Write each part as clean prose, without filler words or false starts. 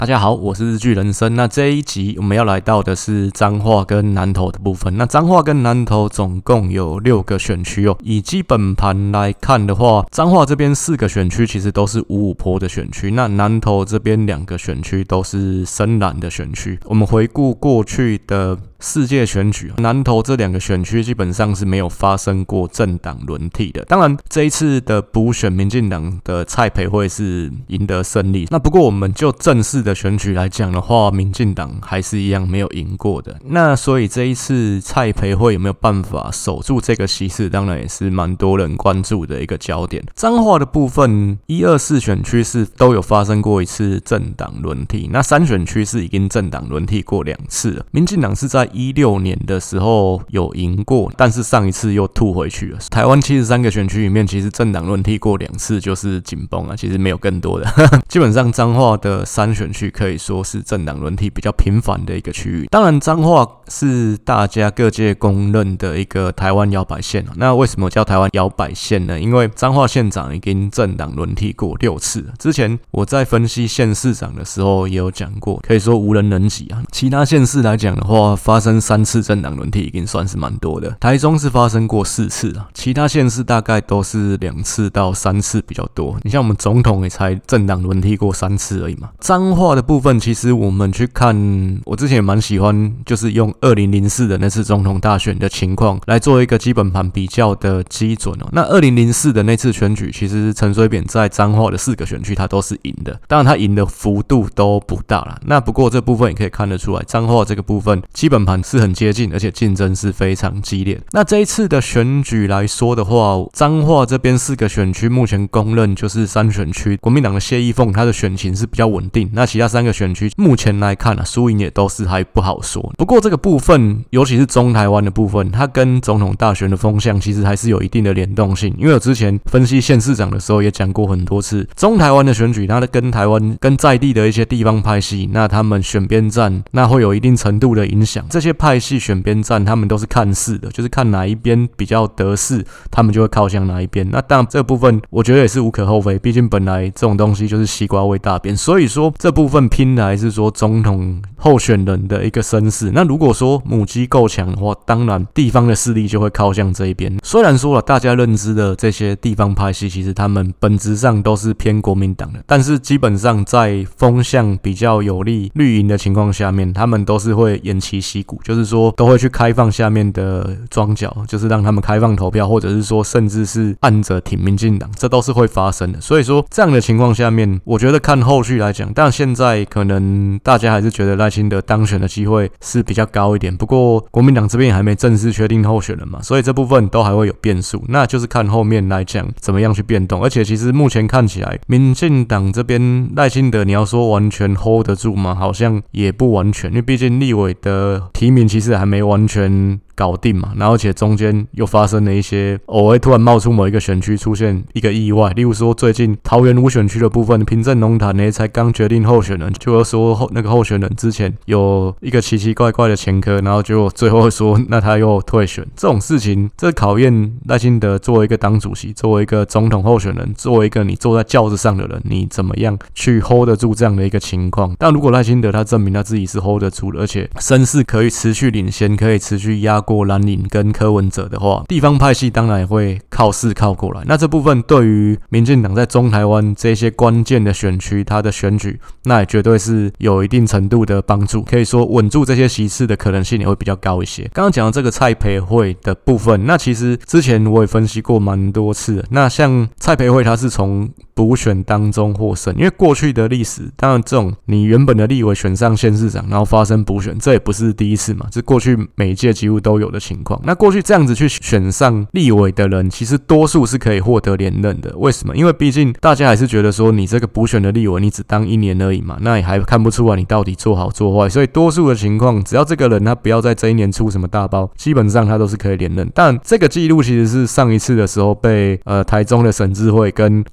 大家好，我是日剧人生。那这一集我们要来到的是彰化跟南投的部分。那彰化跟南投总共有6个选区哦。以基本盘来看的话，彰化这边4个选区其实都是五五波的选区，那南投这边2个选区都是深蓝的选区。我们回顾过去的4届选举，南投这2个选区基本上是没有发生过政党轮替的。当然，这一次的补选，民进党的蔡培慧是赢得胜利。那不过我们就正式的选举来讲的话，民进党还是一样没有赢过的。那所以这一次蔡培慧有没有办法守住这个席次，当然也是蛮多人关注的一个焦点。彰化的部分1、2、4选区是都有发生过一次政党轮替，那3选区是已经政党轮替过2次了。民进党是在16年的时候有赢过，但是上一次又吐回去了。台湾73个选区里面，其实政党轮替过2次就是紧绷啊，其实没有更多的。基本上彰化的3选区可以说是政党轮替比较频繁的一个区域。当然，彰化是大家各界公认的一个台湾摇摆县。那为什么叫台湾摇摆县呢？因为彰化县长已经政党轮替过6次了。之前我在分析县市长的时候也有讲过，可以说无人能及啊。其他县市来讲的话，发生3次政党轮替已经算是蛮多的。台中是发生过4次啊，其他县市大概都是2次到3次比较多。你像我们总统也才政党轮替过3次而已嘛。彰化的部分，其实我们去看，我之前也蛮喜欢，就是用2004的那次总统大选的情况来做一个基本盘比较的基准哦。那2004的那次选举，其实陈水扁在彰化的4个选区他都是赢的，当然他赢的幅度都不大啦。那不过这部分也可以看得出来，彰化这个部分基本盘是很接近，而且竞争是非常激烈。那这一次的选举来说的话，彰化这边4个选区目前公认就是3选区，国民党的谢逸凤他的选情是比较稳定。那其他3个选区目前来看输赢也都是还不好说。不过这个部分，尤其是中台湾的部分，它跟总统大选的风向其实还是有一定的联动性。因为我之前分析县市长的时候也讲过很多次，中台湾的选举，它跟台湾跟在地的一些地方派系，那他们选边站，那会有一定程度的影响。这些派系选边站，他们都是看势的，就是看哪一边比较得势，他们就会靠向哪一边。那当然这个部分我觉得也是无可厚非，毕竟本来这种东西就是西瓜喂大便，所以说这部分拼的还是说总统候选人的一个声势。那如果说母鸡够强的话，当然地方的势力就会靠向这一边。虽然说了大家认知的这些地方派系，其实他们本质上都是偏国民党的，但是基本上在风向比较有利绿营的情况下面，他们都是会偃旗息鼓，就是说都会去开放下面的庄脚，就是让他们开放投票，或者是说甚至是按着挺民进党，这都是会发生的。所以说这样的情况下面，我觉得看后续来讲，但现在可能大家还是觉得赖清德当选的机会是比较高一点。不过国民党这边也还没正式确定候选人嘛，所以这部分都还会有变数，那就是看后面来讲怎么样去变动。而且其实目前看起来，民进党这边赖清德你要说完全 hold 得住吗？好像也不完全，因为毕竟立委的提名其实还没完全搞定嘛，然后而且中间又发生了一些偶尔突然冒出某一个选区出现一个意外，例如说最近桃园5选区的部分，平镇龙潭呢才刚决定候选人，就说那个候选人之前有一个奇奇怪怪的前科，然后结果最后说那他又退选，这种事情这考验赖清德作为一个党主席，作为一个总统候选人，作为一个你坐在轿子上的人，你怎么样去 hold 得住这样的一个情况。但如果赖清德他证明他自己是 hold 得住的，而且声势可以持续领先，可以持续压过蓝营跟柯文哲的话，地方派系当然也会靠势靠过来。那这部分对于民进党在中台湾这些关键的选区，他的选举那也绝对是有一定程度的帮助，可以说稳住这些席次的可能性也会比较高一些。刚刚讲到这个蔡培慧的部分，那其实之前我也分析过蛮多次的。那像蔡培慧他是从补选当中获胜，因为过去的历史，当然这种你原本的立委选上县市长，然后发生补选，这也不是第一次嘛，这过去每一届几乎都有的情况。那过去这样子去选上立委的人，其实多数是可以获得连任的。为什么？因为毕竟大家还是觉得说，你这个补选的立委，你只当1年而已嘛，那也还看不出来你到底做好做坏。所以多数的情况，只要这个人他不要在这1年出什么大包，基本上他都是可以连任。但这个记录其实是上一次的时候被台中的沈智慧跟彰化的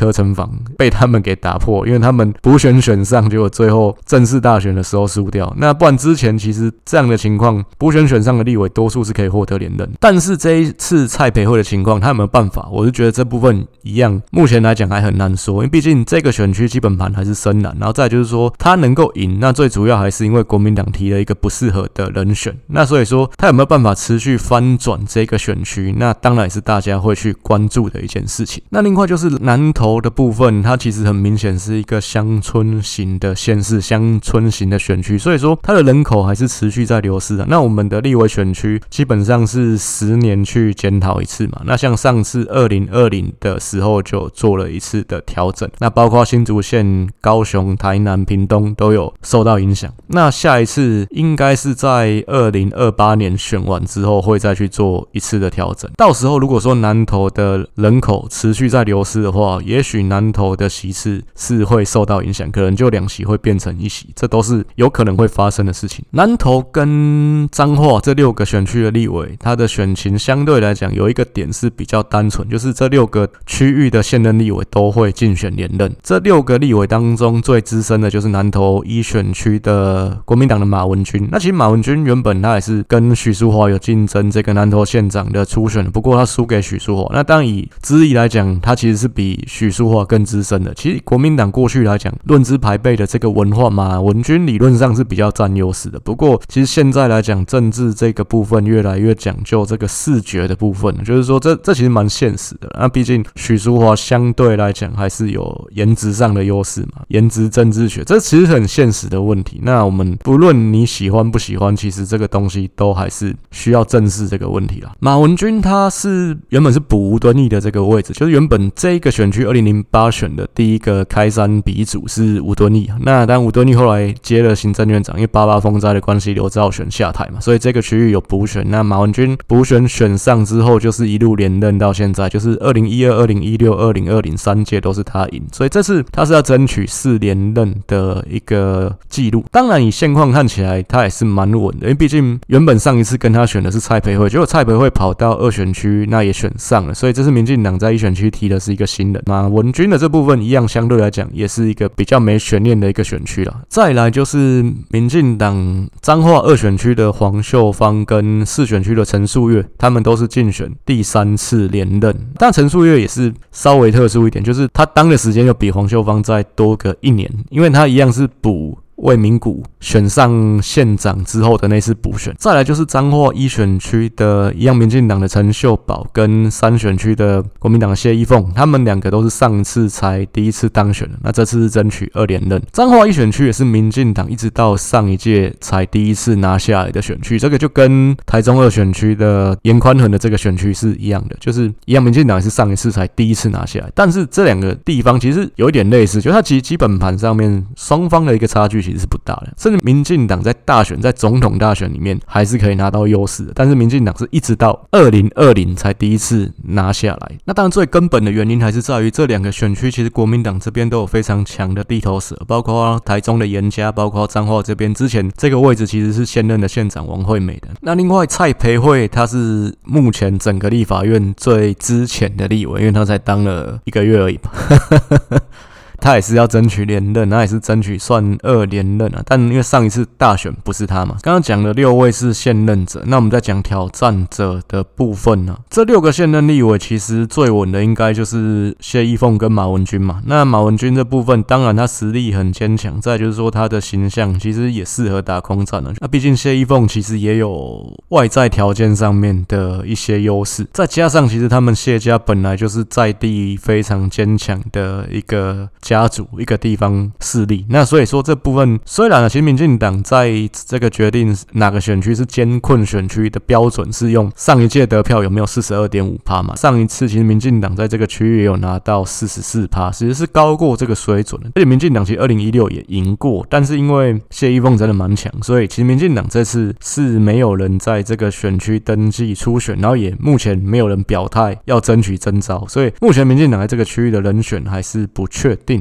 科城防被他们给打破，因为他们补选选上，结果最后正式大选的时候输掉。那不然之前其实这样的情况，补选选上的立委多数是可以获得连任，但是这一次蔡培慧的情况，他有没有办法？我是觉得这部分一样，目前来讲还很难说，因为毕竟这个选区基本盘还是深蓝，然后再来就是说他能够赢，那最主要还是因为国民党提了一个不适合的人选，那所以说他有没有办法持续翻转这个选区，那当然也是大家会去关注的一件事情。那另外就是南投的部分，它其实很明显是一个乡村型的县市，乡村型的选区，所以说它的人口还是持续在流失的。那我们的立委选区基本上是10年去检讨一次嘛，那像上次2020的时候就做了一次的调整，那包括新竹县、高雄、台南、屏东都有受到影响。那下一次应该是在2028年选完之后会再去做一次的调整，到时候如果说南投的人口持续在流失的话，也许南投的席次是会受到影响，可能就2席会变成1席，这都是有可能会发生的事情。南投跟彰化这6个选区的立委，他的选情相对来讲有一个点是比较单纯，就是这6个区域的现任立委都会竞选连任。这6个立委当中最资深的就是南投1选区的国民党的马文君。那其实马文君原本他也是跟许淑华有竞争这个南投县长的初选的，不过他输给许淑华。那当然以资历来讲，他其实是比许淑华更资深的。其实国民党过去来讲，论资排辈的这个文化，马文君理论上是比较占优势的。不过其实现在来讲，政治这个部分越来越讲究这个视觉的部分，就是说这其实蛮现实的。那毕竟许淑华相对来讲还是有颜值上的优势嘛，颜值政治学，这其实很现实的问题。那我们不论你喜欢不喜欢，其实这个东西都还是需要正视这个问题啦。马文君他是原本是补吴敦义的这个位置，就是原本这个选区2008选的第一个开山鼻祖是吴敦义。那当然吴敦义后来接了行政院长，因为88风灾的关系，刘兆玄下台嘛，所以这个区域有补选。那马文君补选选上之后，就是一路连任到现在，就是2012、2016、2020 3届都是他赢，所以这次他是要争取4连任的一个记录。当然以现况看起来，他也是蛮稳的，因为毕竟原本上一次跟他选的是蔡培慧，结果蔡培慧跑到2选区，那也选上了，所以这是民进党在1选区提的是一个新人。马文君的这部分一样，相对来讲也是一个比较没悬念的一个选区啦。再来就是民进党彰化2选区的黄秀芳跟4选区的陈树月，他们都是竞选第3次连任。但陈树月也是稍微特殊一点，就是他当的时间又比黄秀芳再多个1年，因为他一样是补魏明谷选上县长之后的那次补选。再来就是彰化1选区的一样民进党的陈秀宝跟3选区的国民党的谢依凤，他们2个都是上一次才第1次当选的，那这次是争取2连任。彰化1选区也是民进党一直到上一届才第1次拿下来的选区，这个就跟台中2选区的严宽恒的这个选区是一样的，就是一样民进党也是上一次才第1次拿下来。但是这2个地方其实有一点类似，就是它其实基本盘上面双方的一个差距其实是不大的，甚至民进党在大选，在总统大选里面还是可以拿到优势的，但是民进党是一直到2020才第1次拿下来。那当然最根本的原因还是在于这2个选区其实国民党这边都有非常强的地头蛇，包括台中的严家，包括彰化这边之前这个位置其实是现任的县长王惠美的。那另外蔡培慧他是目前整个立法院最之前的立委，因为他才当了1个月而已嘛他也是要争取连任，他也是争取算2连任啊。但因为上一次大选不是他嘛，刚刚讲的6位是现任者，那我们再讲挑战者的部分呢。这6个现任立委其实最稳的应该就是谢依凤跟马文君嘛。那马文君这部分当然他实力很坚强，再就是说他的形象其实也适合打空战了。那毕竟谢依凤其实也有外在条件上面的一些优势，再加上其实他们谢家本来就是在地非常坚强的一个家族，一个地方势力。那所以说这部分虽然其实民进党在这个决定哪个选区是艰困选区的标准是用上一届得票有没有 42.5% 嘛，上一次其实民进党在这个区域也有拿到 44%， 其实是高过这个水准的。而且民进党其实2016也赢过，但是因为谢依凤真的蛮强，所以其实民进党这次是没有人在这个选区登记初选，然后也目前没有人表态要争取征召，所以目前民进党在这个区域的人选还是不确定。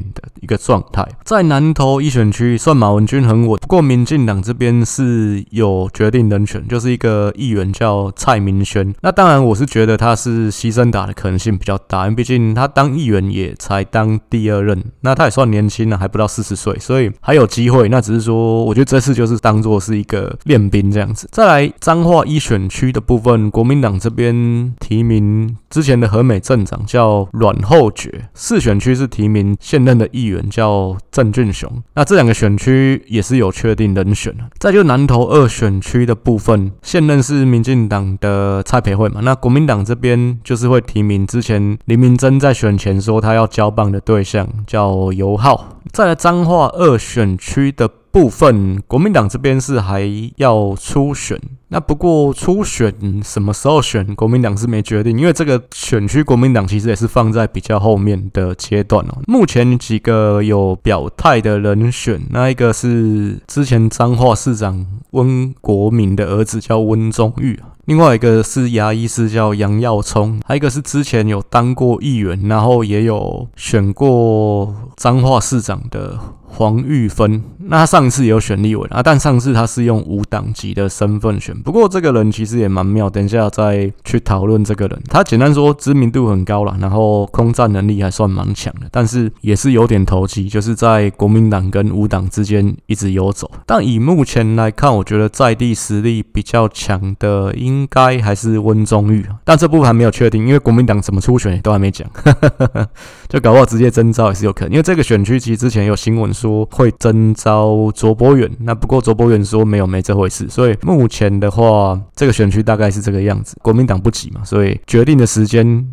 定的一个状态。在南投一选区算马文君很稳，不过民进党这边是有决定人选，就是一个议员叫蔡明轩。那当然我是觉得他是牺牲打的可能性比较大，因为毕竟他当议员也才当第2任，那他也算年轻了，还不到40岁，所以还有机会。那只是说我觉得这次就是当作是一个练兵这样子。再来彰化一选区的部分，国民党这边提名之前的和美镇长叫阮厚觉，4选区是提名现任的议员叫郑俊雄，那这2个选区也是有确定人选。再就南投2选区的部分，现任是民进党的蔡培慧嘛，那国民党这边就是会提名之前林明珍在选前说他要交棒的对象叫游浩。再来彰化2选区的部分，国民党这边是还要初选，那不过初选什么时候选，国民党是没决定，因为这个选区国民党其实也是放在比较后面的阶段哦。目前几个有表态的人选，那一个是之前彰化市长温国民的儿子叫温宗玉，另外一个是牙医师叫杨耀聪，还有一个是之前有当过议员，然后也有选过彰化市长的黄玉芬。那他上次也有选立委但上次他是用无党籍的身份选。不过这个人其实也蛮妙，等一下再去讨论这个人。他简单说知名度很高啦，然后空战能力还算蛮强的，但是也是有点投机，就是在国民党跟无党之间一直游走。但以目前来看，我觉得在地实力比较强的应该还是温宗玉，但这部分还没有确定，因为国民党怎么初选也都还没讲就搞不好直接征召也是有可能。因为这个选区其实之前有新闻说会征召卓博远，那不过卓博远说没这回事，所以目前的话这个选区大概是这个样子。国民党不急嘛，所以决定的时间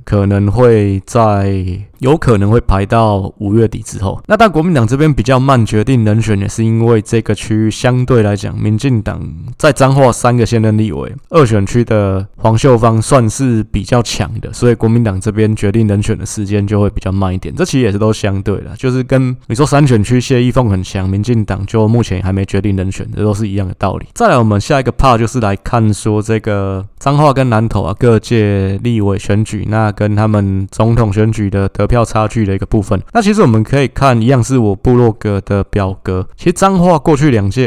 有可能会排到5月底之后。那但国民党这边比较慢决定人选，也是因为这个区域相对来讲，民进党在彰化3个现任立委，2选区的黄秀芳算是比较强的，所以国民党这边决定人选的时间就会比较慢一点。这其实也是都相对的，就是跟你说3选区谢依凤很强，民进党就目前还没决定人选，这都是一样的道理。再来我们下一个 part 就是来看说这个彰化跟南投各届立委选举，那跟他们总统选举的得票差距的一个部分。那其实我们可以看一样是我部落格的表格，其实彰化过去2届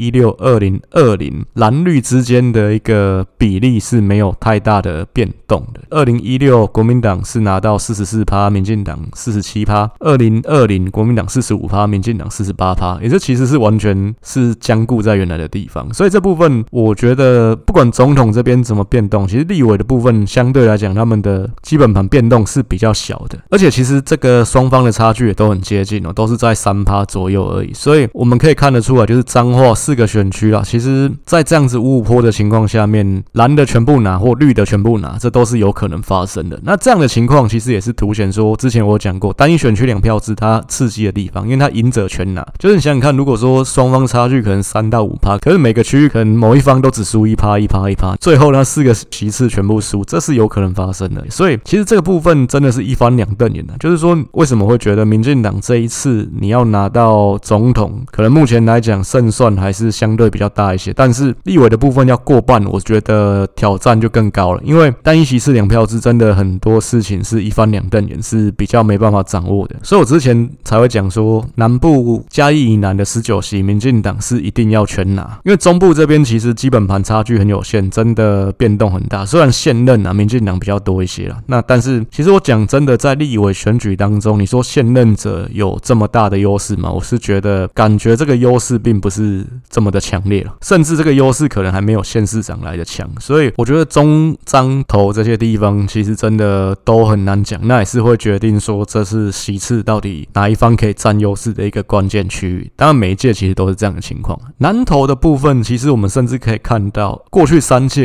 2016、2020蓝绿之间的一个比例是没有太大的变动的。2016国民党是拿到 44%， 民进党 47%， 2020国民党 45%， 民进党 48%， 也这其实是完全是僵固在原来的地方。所以这部分我觉得不管总统这边怎么变动，其实立委的部分相对来讲他们的基本盘变动是比较小的，而且其实这个双方的差距也都很接近都是在 3% 左右而已。所以我们可以看得出来，就是彰化4个选区其实在这样子五五波的情况下面，蓝的全部拿或绿的全部拿，这都是有可能发生的。那这样的情况其实也是凸显说，之前我讲过单一选区2票制它刺激的地方，因为它赢者全拿。就是你想想看，如果说双方差距可能3到5%，可是每个区域可能某一方都只输 1%， 最后那4个席次全部输，这是有可能发生的。所以其实这个部分真的是一翻两瞪眼就是说为什么会觉得民进党这一次你要拿到总统，可能目前来讲胜算还是相对比较大一些，但是立委的部分要过半，我觉得挑战就更高了。因为单一席次2票制真的很多事情是一翻两瞪眼，是比较没办法掌握的。所以我之前才会讲说，南部嘉义以南的19席民进党是一定要全拿，因为中部这边其实基本盘差距很有限，真的变动很大。虽然现任民进党比较多一些啦，那但是其实我讲真的，在立委选举当中，你说现任者有这么大的优势吗？我是觉得感觉这个优势并不是这么的强烈了，甚至这个优势可能还没有县市长来的强。所以我觉得中彰投这些地方其实真的都很难讲，那也是会决定说这是席次到底哪一方可以占优势的一个关键区域。当然每一届其实都是这样的情况。南投的部分其实我们甚至可以看到过去3届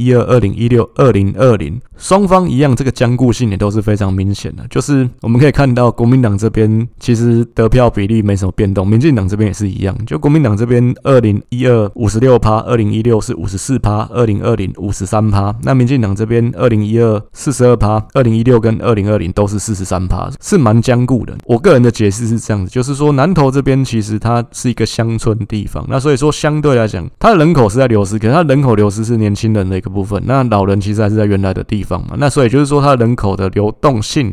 2012、2016、2020双方一样，这个僵固性也都是非常明显的。就是我们可以看到国民党这边其实得票比例没什么变动，民进党这边也是一样。就国民党这边2012 56%， 2016是 54%， 2020 53%， 那民进党这边2012 42%， 2016跟2020都是 43%， 是蛮僵固的。我个人的解释是这样子，就是说南投这边其实它是一个乡村地方，那所以说相对来讲它的人口是在流失，可是它人口流失是年轻人的一个部分，那老人其实还是在原来的地方嘛，那所以就是说它的人口的流动性没有什么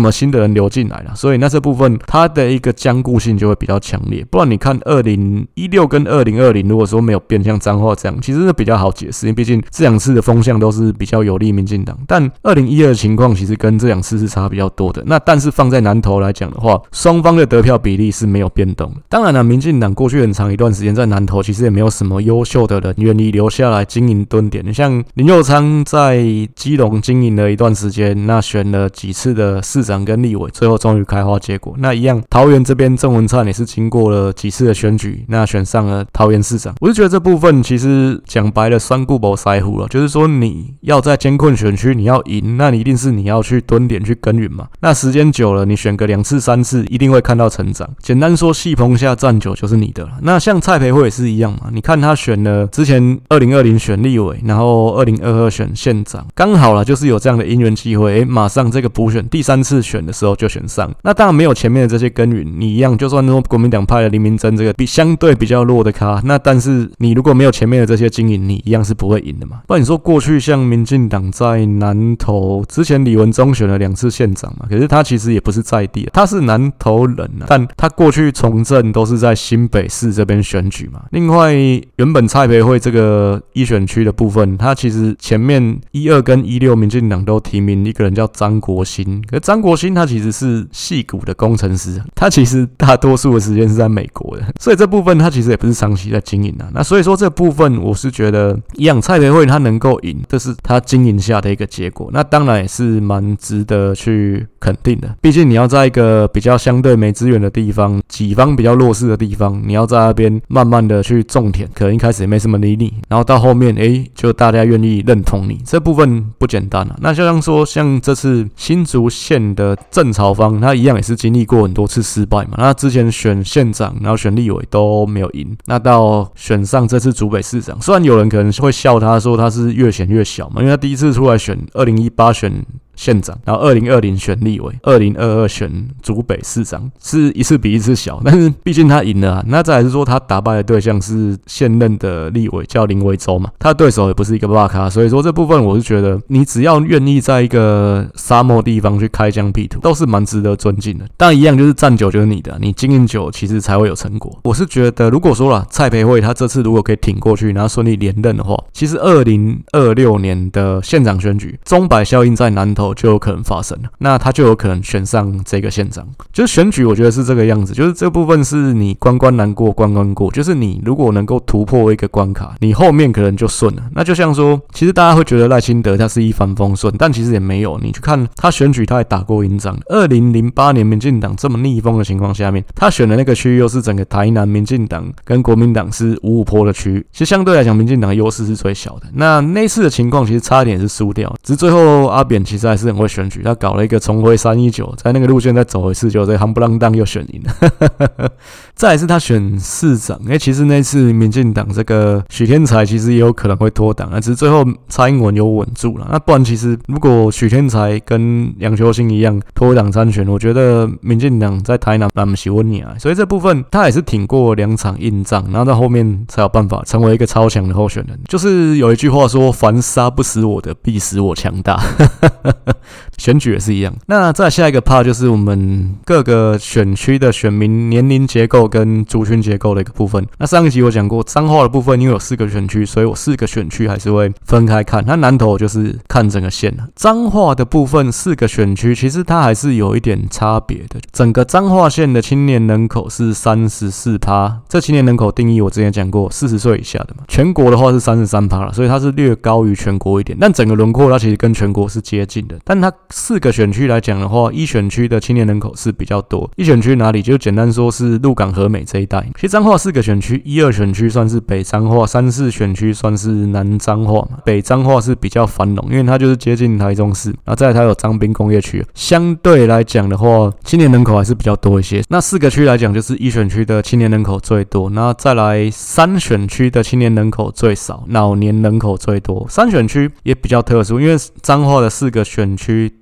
么新的人流进来啦，所以那这部分它的一个僵固性就会比较强烈。不然你看2016跟2020，如果说没有变像彰化这样，其实是比较好解释，因为毕竟这两次的风向都是比较有利民进党。但2012的情况其实跟这两次是差比较多的。那但是放在南投来讲的话，双方的得票比例是没有变动的。当然了，民进党过去很长一段时间在南投其实也没有什么优秀的人愿意留下来经营蹲点。像林右昌在基隆经营了一段时间，那选了几次的市长跟立委，最后终于开花结果。那一样，桃园这边郑文灿也是经过了几次的选举，那选上了桃园市长。我就觉得这部分其实讲白了，酸固不塞乎了，就是说你要在艰困选区你要赢，那你一定是你要去蹲点去耕耘嘛。那时间久了，你选个2次3次，一定会看到成长。简单说，戏棚下站久就是你的了。那像蔡培慧也是一样嘛，你看他选了之前2020选立委，然后2022选县长，刚好啦，就是有这样的因缘机会，马上这个补选第3次选的时候就选上。那当然没有前面的这些耕耘，你一样，就算说国民党派了林明珍这个相对比较弱的咖，那但是你如果没有前面的这些经营，你一样是不会赢的嘛。不然你说过去像民进党在南投之前李文忠选了2次县长嘛，可是他其实也不是在地，他是南投人啊，但他过去从政都是在新北市这边选举嘛。另外，原本蔡培慧这个一选区的部分，他其实前面12跟16民进党都提名一个人叫张国兴，可是张国兴他其实是矽谷的工程师，他其实大多数的时间是在美国的，所以这部分他其实也不是长期在经营啊。那所以说这部分我是觉得一样，蔡培慧他能够赢，这是他经营下的一个结果，那当然也是蛮值得去肯定的。毕竟你要在一个比较相对没资源的地方，己方比较弱势的地方，你要在那边慢慢的去种田，可能一开始也没什么理你，然后到后面就大家愿意认同你，这部分不简单啊。那就像说像这次新竹县的郑朝芳，他一样也是经历过很多次失败嘛，那之前选县长然后选立委都没有赢，那到选上这次竹北市长，虽然有人可能会笑他说他是越选越小嘛，因为他第一次出来选2018选县长，然后2020选立委，2022选竹北市长，是一次比一次小，但是毕竟他赢了啊。那再来是说他打败的对象是现任的立委叫林维洲嘛，他的对手也不是一个大咖，所以说这部分我是觉得你只要愿意在一个沙漠地方去开疆辟土，都是蛮值得尊敬的。当然一样就是站久就是你的，你经营久其实才会有成果。我是觉得如果说啦，蔡培慧他这次如果可以挺过去，然后顺利连任的话，其实2026年的县长选举，钟摆效应在南投就有可能发生了，那他就有可能选上这个县长。就是选举我觉得是这个样子，就是这部分是你关关难过关关过，就是你如果能够突破一个关卡，你后面可能就顺了。那就像说其实大家会觉得赖清德他是一帆风顺，但其实也没有，你去看他选举他也打过赢仗。2008年民进党这么逆风的情况下面，他选的那个区域又是整个台南民进党跟国民党是五五波的区域，其实相对来讲民进党的优势是最小的。那次的情况其实差一点是输掉，只是最后阿扁其实还是很会选举，他搞了一个重回319，在那个路线再走一次，就这夯不啷当又选赢了。再来是他选市长，其实那次民进党这个许天才其实也有可能会脱党，只是最后蔡英文有稳住了。那不然其实如果许天才跟杨秋兴一样脱党参选，我觉得民进党在台南不是稳啊，所以这部分他也是挺过2场硬仗，然后到后面才有办法成为一个超强的候选人。就是有一句话说，凡杀不死我的，必使我强大。选举也是一样。那再下一个 part 就是我们各个选区的选民年龄结构跟族群结构的一个部分。那上一集我讲过彰化的部分，因为有4个选区，所以我4个选区还是会分开看。那南投就是看整个县。彰化的部分4个选区其实它还是有一点差别的。整个彰化县的青年人口是 34%， 这青年人口定义我之前讲过，40岁以下的嘛。全国的话是 33% 了，所以它是略高于全国一点，但整个轮廓它其实跟全国是接近的。但它4个选区来讲的话，一选区的青年人口是比较多。一选区哪里？就简单说是鹿港和美这一带。其实彰化4个选区，1、2选区算是北彰化，3、4选区算是南彰化嘛。北彰化是比较繁荣，因为它就是接近台中市，然后再来它有彰滨工业区，相对来讲的话，青年人口还是比较多一些。那4个区来讲，就是一选区的青年人口最多，然后再来3选区的青年人口最少，老年人口最多。3选区也比较特殊，因为彰化的4个选区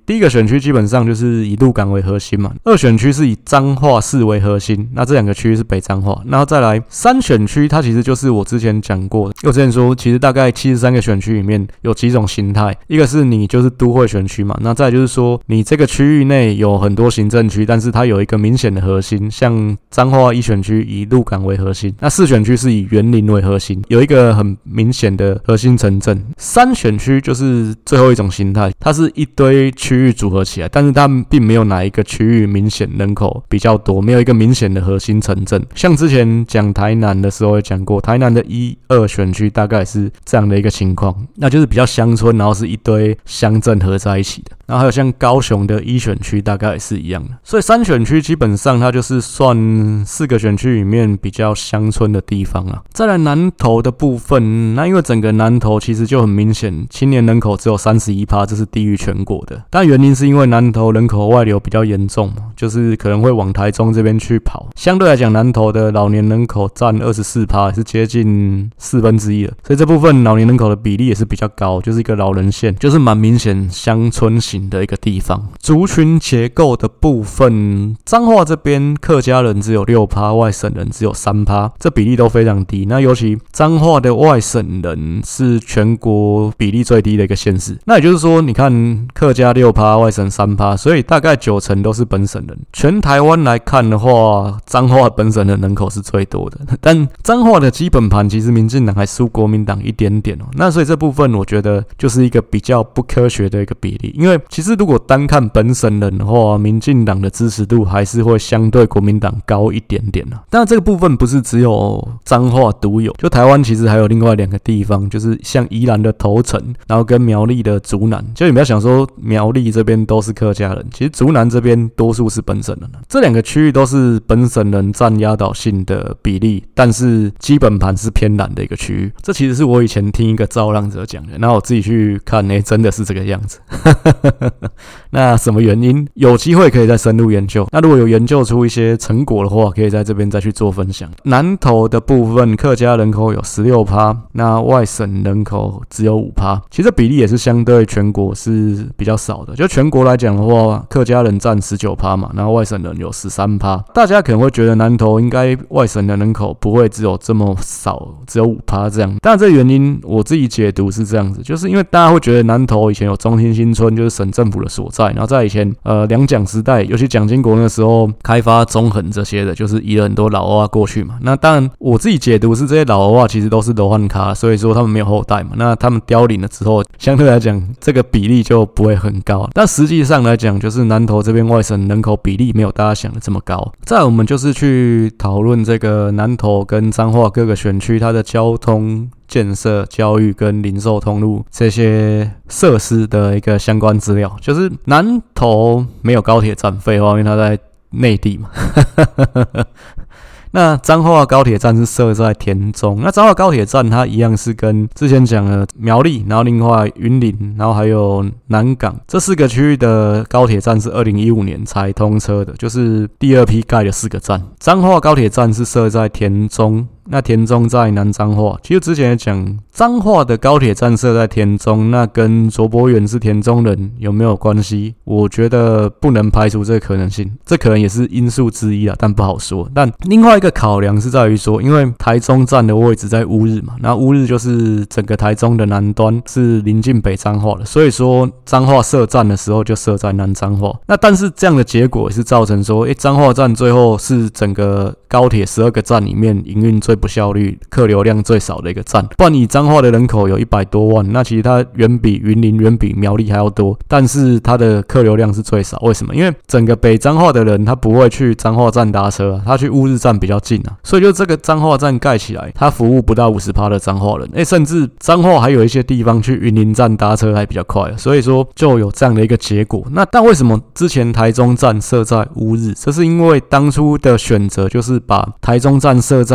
第一个选区基本上就是以鹿港为核心嘛，二选区是以彰化市为核心，那这两个区域是北彰化，然后再来三选区，它其实就是我之前讲过的，我之前说其实大概73个选区里面有几种形态，一个是你就是都会选区嘛，那再来就是说你这个区域内有很多行政区，但是它有一个明显的核心，像彰化一选区以鹿港为核心，那四选区是以员林为核心，有一个很明显的核心城镇。三选区就是最后一种形态，它是一堆区域组合起来，但是它并没有哪一个区域明显人口比较多，没有一个明显的核心城镇。像之前讲台南的时候也讲过，台南的1、2选区大概是这样的一个情况，那就是比较乡村，然后是一堆乡镇合在一起的。然后还有像高雄的1选区大概也是一样的，所以三选区基本上它就是算4个选区里面比较乡村的地方啊。再来南投的部分，那因为整个南投其实就很明显，青年人口只有 31%， 这是低于全国的。但原因是因为南投人口外流比较严重嘛，就是可能会往台中这边去跑。相对来讲，南投的老年人口占 24%， 也是接近1/4了，所以这部分老年人口的比例也是比较高，就是一个老人县，就是蛮明显乡村型的一个地方。族群结构的部分，彰化这边客家人只有 6%， 外省人只有 3%， 这比例都非常低。那尤其彰化的外省人是全国比例最低的一个县市。那也就是说，你看客家 6%， 外省 3%， 所以大概90%都是本省人。全台湾来看的话，彰化本省的人口是最多的，但彰化的基本盘其实民进党还输国民党一点点哦。那所以这部分我觉得就是一个比较不科学的一个比例，因为其实如果单看本省人的话，民进党的支持度还是会相对国民党高一点点啊。当然这个部分不是只有彰化独有，就台湾其实还有另外2个地方，就是像宜兰的头城，然后跟苗栗的竹南。就你不要想说苗栗这边都是客家人，其实竹南这边多数是本省人啊。这2个区域都是本省人占压倒性的比例，但是基本盘是偏蓝的一个区域。这其实是我以前听一个造浪者讲的，然后我自己去看，真的是这个样子。那什么原因？有机会可以再深入研究。那如果有研究出一些成果的话，可以在这边再去做分享。南投的部分，客家人口有 16%， 那外省人口只有 5%。其实这比例也是相对全国是比较少的。就全国来讲的话，客家人占 19% 嘛，然后外省人有 13%。大家可能会觉得南投应该外省的人口不会只有这么少，只有 5% 这样。当然这个原因我自己解读是这样子，就是因为大家会觉得南投以前有中兴新村，就是省政府的所在，然后在以前两蒋时代，尤其蒋经国那时候开发中横这些的，就是移了很多老欧过去嘛。那当然我自己解读是这些老欧其实都是罗汉咖，所以说他们没有后代嘛。那他们凋零了之后，相对来讲这个比例就不会很高。但实际上来讲，就是南投这边外省人口比例没有大家想的这么高。再来我们就是去讨论这个南投跟彰化各个选区它的交通建设、教育跟零售通路这些设施的一个相关资料。就是南投没有高铁站，废话，因为它在内地嘛。那彰化高铁站是设在田中，那彰化高铁站它一样是跟之前讲的苗栗，然后另外云林，然后还有南港这4个区域的高铁站是2015年才通车的，就是第2批盖的4个站。彰化高铁站是设在田中，那田中在南彰化。其实之前也讲，彰化的高铁站设在田中，那跟卓博远是田中人有没有关系？我觉得不能排除这个可能性，这可能也是因素之一啊，但不好说。但另外一个考量是在于说，因为台中站的位置在乌日嘛，那乌日就是整个台中的南端，是临近北彰化的，所以说彰化设站的时候就设在南彰化。那但是这样的结果也是造成说，彰化站最后是整个高铁12个站里面营运最不效率、客流量最少的一个站。不然以彰化的人口有100多万，那其实它远比云林、远比苗栗还要多，但是它的客流量是最少。为什么？因为整个北彰化的人他不会去彰化站搭车，他去乌日站比较近啊，所以就这个彰化站盖起来，它服务不到 50% 的彰化人，甚至彰化还有一些地方去云林站搭车还比较快，所以说就有这样的一个结果。那但为什么之前台中站设在乌日？这是因为当初的选择就是把台中站设在中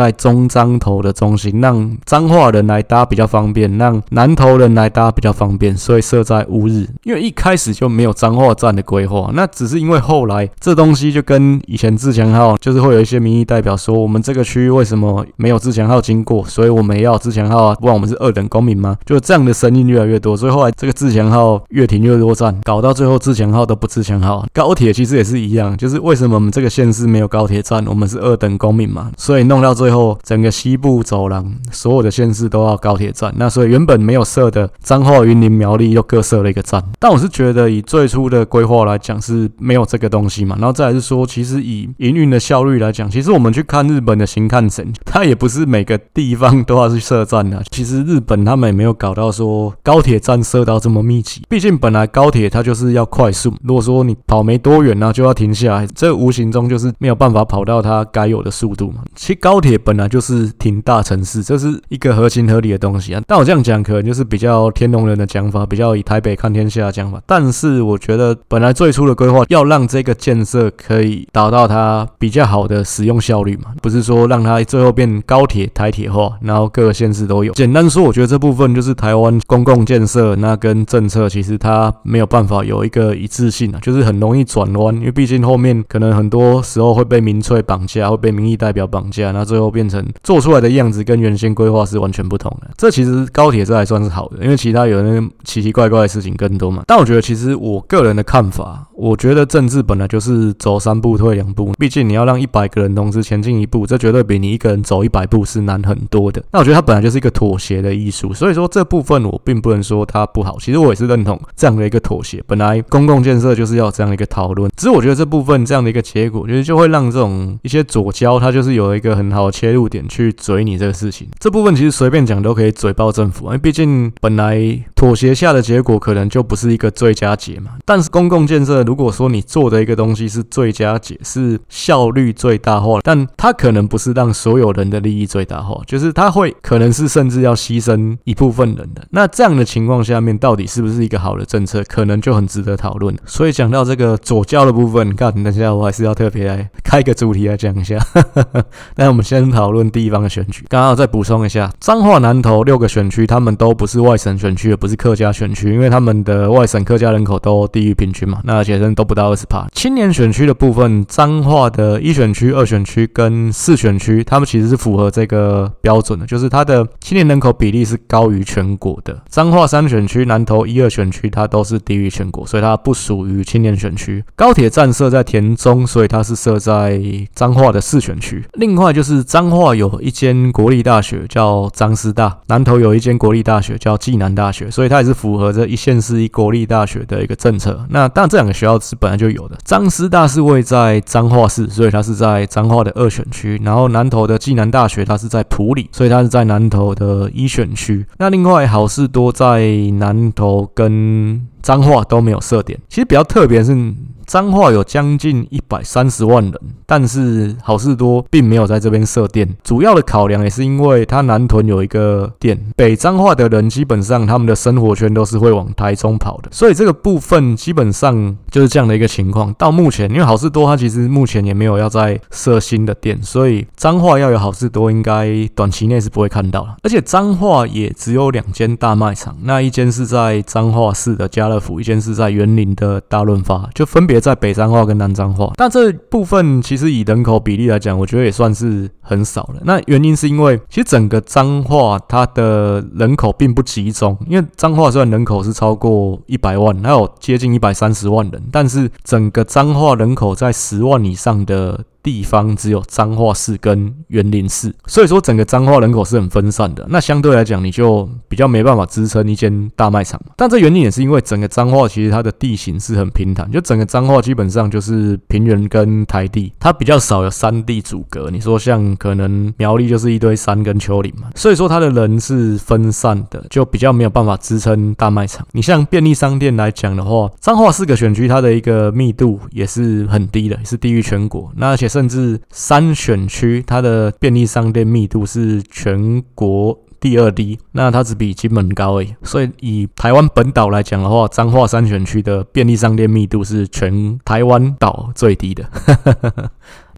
彰投的中心，让彰化人来搭比较方便，让南投人来搭比较方便，所以设在乌日。因为一开始就没有彰化站的规划，那只是因为后来这东西就跟以前自强号，就是会有一些民意代表说，我们这个区域为什么没有自强号经过，所以我们也要自强号啊，不然我们是二等公民吗？就这样的声音越来越多，所以后来这个自强号越停越多站，搞到最后自强号都不自强号。高铁其实也是一样，就是为什么我们这个县市没有高铁站，我们是二等公民嘛，所以弄到最后整个西部走廊所有的县市都要高铁站，那所以原本没有设的彰化、云林、苗栗又各设了一个站。但我是觉得以最初的规划来讲是没有这个东西嘛，然后再来是说，其实以营运的效率来讲，其实我们去看日本的新干线，它也不是每个地方都要去设站的。其实日本他们也没有搞到说高铁站设到这么密集，毕竟本来高铁它就是要快速，如果说你跑没多远就要停下来，这无形中就是没有办法跑到它该有的速度嘛。其实高铁本来就是停大城市，这是一个合情合理的东西啊。但我这样讲可能就是比较天龙人的讲法，比较以台北看天下的讲法。但是我觉得本来最初的规划要让这个建设可以达到它比较好的使用效率嘛，不是说让它最后变高铁台铁化，然后各个县市都有。简单说，我觉得这部分就是台湾公共建设那跟政策其实它没有办法有一个一致性啊，就是很容易转弯，因为毕竟后面可能很多时候会被民粹绑架，会被民意代表绑架，那最后变成做出来的样子跟原先规划是完全不同的。这其实高铁这还算是好的，因为其他有那个奇奇怪怪的事情更多嘛。但我觉得其实我个人的看法，我觉得政治本来就是走3步退2步，毕竟你要让100个人同时前进1步，这绝对比你一个人走100步是难很多的。那我觉得它本来就是一个妥协的艺术，所以说这部分我并不能说它不好，其实我也是认同这样的一个妥协。本来公共建设就是要有这样的一个讨论，只是我觉得这部分这样的一个结果，就会让这种一些左膠它就是有一个很好的切入点去嘴你这个事情。这部分其实随便讲都可以嘴爆政府，因为毕竟本来妥协下的结果可能就不是一个最佳解嘛。但是公共建设如果说你做的一个东西是最佳解，是效率最大化，但它可能不是让所有人的利益最大化，就是它会可能是甚至要牺牲一部分人的。那这样的情况下面，到底是不是一个好的政策，可能就很值得讨论。所以讲到这个左膠的部分，等一下我还是要特别来开个主题来讲一下。那我们先讨论地方的选举。刚刚再补充一下，彰化南投6个选区，他们都不是外省选区，也不是客家选区，因为他们的外省客家人口都低于平均嘛，那而且都不到 20%。青年选区的部分，彰化的1选区、2选区跟4选区，他们其实是符合这个标准的，就是它的青年人口比例是高于全国的。彰化3选区、南投1、2选区，它都是低于全国，所以它不属于青年选区。高铁站设在田中，所以它是设在彰化的4选区。另外就是彰化有一间国立大学叫彰师大，南投有一间国立大学叫暨南大学，所以它也是符合这一县市一国立大学的一个政策。那当然这2个学校是本来就有的。彰师大是位在彰化市，所以它是在彰化的2选区，然后南投的暨南大学它是在埔里，所以它是在南投的1选区。那另外好事多在南投跟彰化都没有设点。其实比较特别的是彰化有将近130万人，但是好事多并没有在这边设店。主要的考量也是因为它南屯有一个店，北彰化的人基本上他们的生活圈都是会往台中跑的，所以这个部分基本上就是这样的一个情况。到目前因为好事多它其实目前也没有要再设新的店，所以彰化要有好事多应该短期内是不会看到了。而且彰化也只有2间大卖场，那一间是在彰化市的家乐福，一间是在员林的大润发，就分别在北彰化跟南彰化。但这部分其实以人口比例来讲，我觉得也算是很少了。那原因是因为其实整个彰化它的人口并不集中，因为彰化虽然人口是超过100万，还有接近130万人，但是整个彰化人口在10万以上的地方只有彰化市跟员林市，所以说整个彰化人口是很分散的。那相对来讲，你就比较没办法支撑一间大卖场。但这原因也是因为整个彰化其实它的地形是很平坦，就整个彰化基本上就是平原跟台地，它比较少有山地阻隔。你说像可能苗栗就是一堆山跟丘陵嘛，所以说它的人是分散的，就比较没有办法支撑大卖场。你像便利商店来讲的话，彰化4个选区它的一个密度也是很低的，也是低于全国。那而且甚至3选区它的便利商店密度是全国第2低，那它只比金门高而已。所以以台湾本岛来讲的话，彰化3选区的便利商店密度是全台湾岛最低的。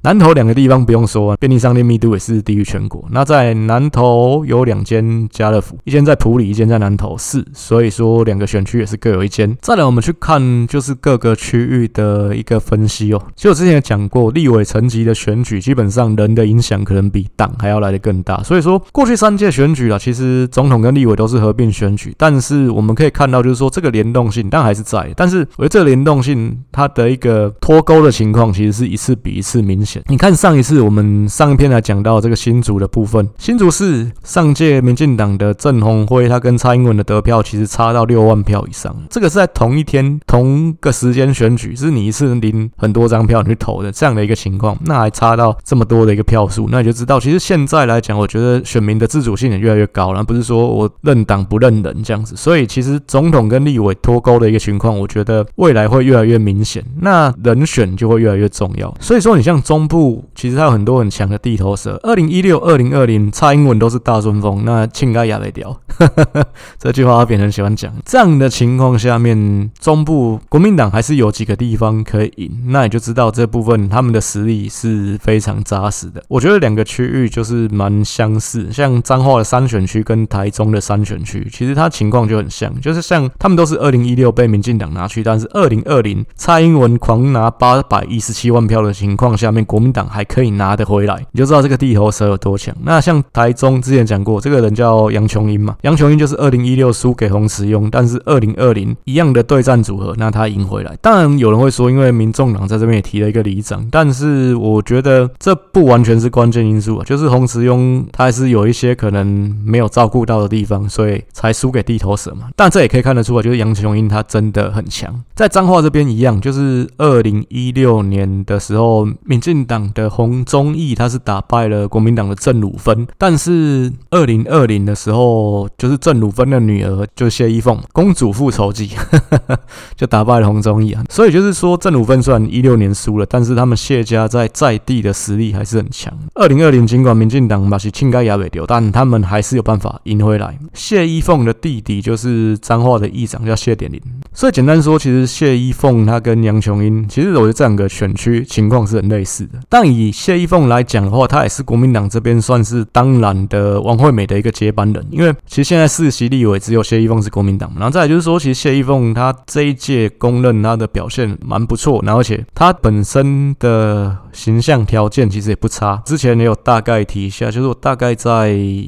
南投2个地方不用说，便利商店密度也是低于全国。那在南投有2间家乐福，一间在埔里，一间在南投市，所以说2个选区也是各有一间。再来我们去看就是各个区域的一个分析哦。其实我之前也讲过，立委层级的选举基本上人的影响可能比党还要来得更大，所以说过去3届选举啦，其实总统跟立委都是合并选举，但是我们可以看到就是说这个联动性当然还是在，但是我觉得这个联动性它的一个脱钩的情况其实是一次比一次明显。你看上一次我们上一篇来讲到这个新竹的部分，新竹市上届民进党的郑鸿辉他跟蔡英文的得票其实差到6万票以上，这个是在同一天同个时间选举，是你一次领很多张票你去投的这样的一个情况，那还差到这么多的一个票数，那你就知道其实现在来讲我觉得选民的自主性也越来越高了，不是说我认党不认人这样子，所以其实总统跟立委脱钩的一个情况我觉得未来会越来越明显，那人选就会越来越重要。所以说你像中部其实它有很多很强的地头蛇，2016、2020蔡英文都是大顺风，那庆该也没掉这句话别人喜欢讲。这样的情况下面，中部国民党还是有几个地方可以赢，那你就知道这部分他们的实力是非常扎实的。我觉得2个区域就是蛮相似，像彰化的3选区跟台中的3选区，其实它情况就很像，就是像他们都是2016被民进党拿去，但是2020蔡英文狂拿817万票的情况下面，国民党还可以拿得回来，你就知道这个地头蛇有多强。那像台中之前讲过，这个人叫杨琼英嘛，杨琼英就是2016输给洪慈庸，但是2020一样的对战组合，那他赢回来。当然有人会说，因为民众党在这边也提了一个里长，但是我觉得这不完全是关键因素啊，就是洪慈庸他还是有一些可能没有照顾到的地方，所以才输给地头蛇嘛。但这也可以看得出来，就是杨琼英他真的很强。在彰化这边一样，就是2016年的时候，民进党的洪忠义他是打败了国民党的郑汝芬，但是2020的时候，就是郑汝芬的女儿就是谢依凤，公主复仇记就打败了洪忠义啊。所以就是说，郑汝芬虽然16年输了，但是他们谢家在地的实力还是很强。2020尽管民进党嘛是庆该也没丢，但他们还是有办法赢回来。谢依凤的弟弟就是彰化的议长叫谢典林，所以简单说，其实谢依凤他跟杨琼英，其实我觉得这2个选区情况是很类似的。但以谢依凤来讲的话，他也是国民党这边算是当然的王惠美的一个接班人，因为其实现在4席立委只有谢依凤是国民党，然后再来就是说，其实谢依凤他这一届公认他的表现蛮不错，然后而且他本身的形象条件其实也不差。之前也有大概提一下，就是我大概在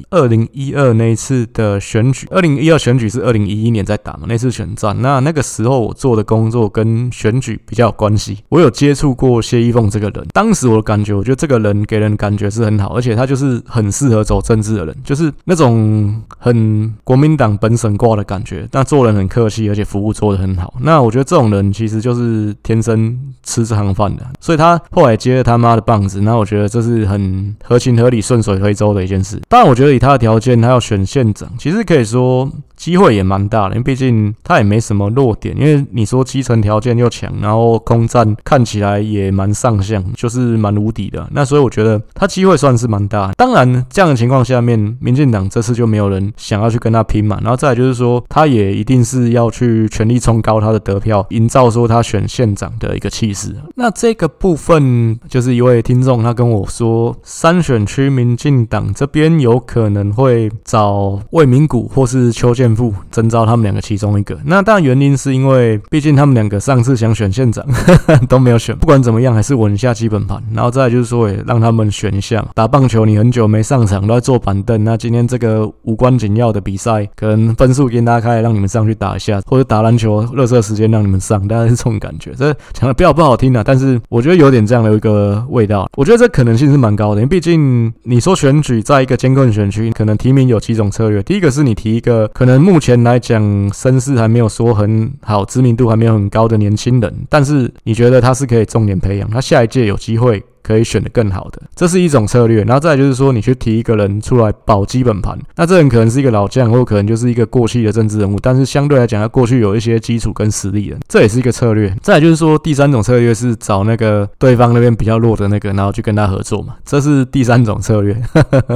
2012那一次的选举，2012选举是2011年在打嘛，那次选战，那个时候我做的工作跟选举比较有关系，我有接触过谢依凤这个人，当时我的感觉，我觉得这个人给人感觉是很好，而且他就是很适合走政治的人，就是那种很国民党本省挂的感觉，那做人很客气，而且服务做得很好。那我觉得这种人其实就是天生吃这行饭的，所以他后来接了他妈的棒子，那我觉得这是很合情合理、顺水推舟的一件事。当然，我觉得以他的条件，他要选县长，其实可以说机会也蛮大的，因为毕竟他也没什么弱点，因为你说基层条件又强，然后空战看起来也蛮上相，就是蛮无敌的。那所以我觉得他机会算是蛮大的。当然，这样的情况下面，民进党这次就没有人想要去跟他拼嘛。然后再来就是说，他也一定是要去全力冲高他的得票，营造说他选县长的一个气势。那这个部分就是一位听众他跟我说，3选区民进党这边有可能会找魏明谷或是邱建富征召他们2个其中一个。那当然原因是因为毕竟他们2个上次想选县长都没有选，不管怎么样还是稳一下基本盘。然后再来就是说也让他们选一下，打棒球你很久没上场都在坐板凳，那今天这个无关紧要的比赛可能分数给拉开，让你们上去打一下，或者打篮球垃圾时间让你们上，大概是这种感觉。这讲的不好听啊，但是我觉得有点这样的一个味道。我觉得这可能性是蛮高的，因为毕竟你说选举在一个艰困选区，可能提名有几种策略。第一个是你提一个可能目前来讲声势还没有说很好，知名度还没有很高的年轻人，但是你觉得他是可以重点培养，他下一届有机会可以选得更好的，这是一种策略。然后再来就是说，你去提一个人出来保基本盘，那这人可能是一个老将，或可能就是一个过气的政治人物，但是相对来讲，他过去有一些基础跟实力的，这也是一个策略。再来就是说，第3种策略是找那个对方那边比较弱的那个，然后去跟他合作嘛，这是第3种策略。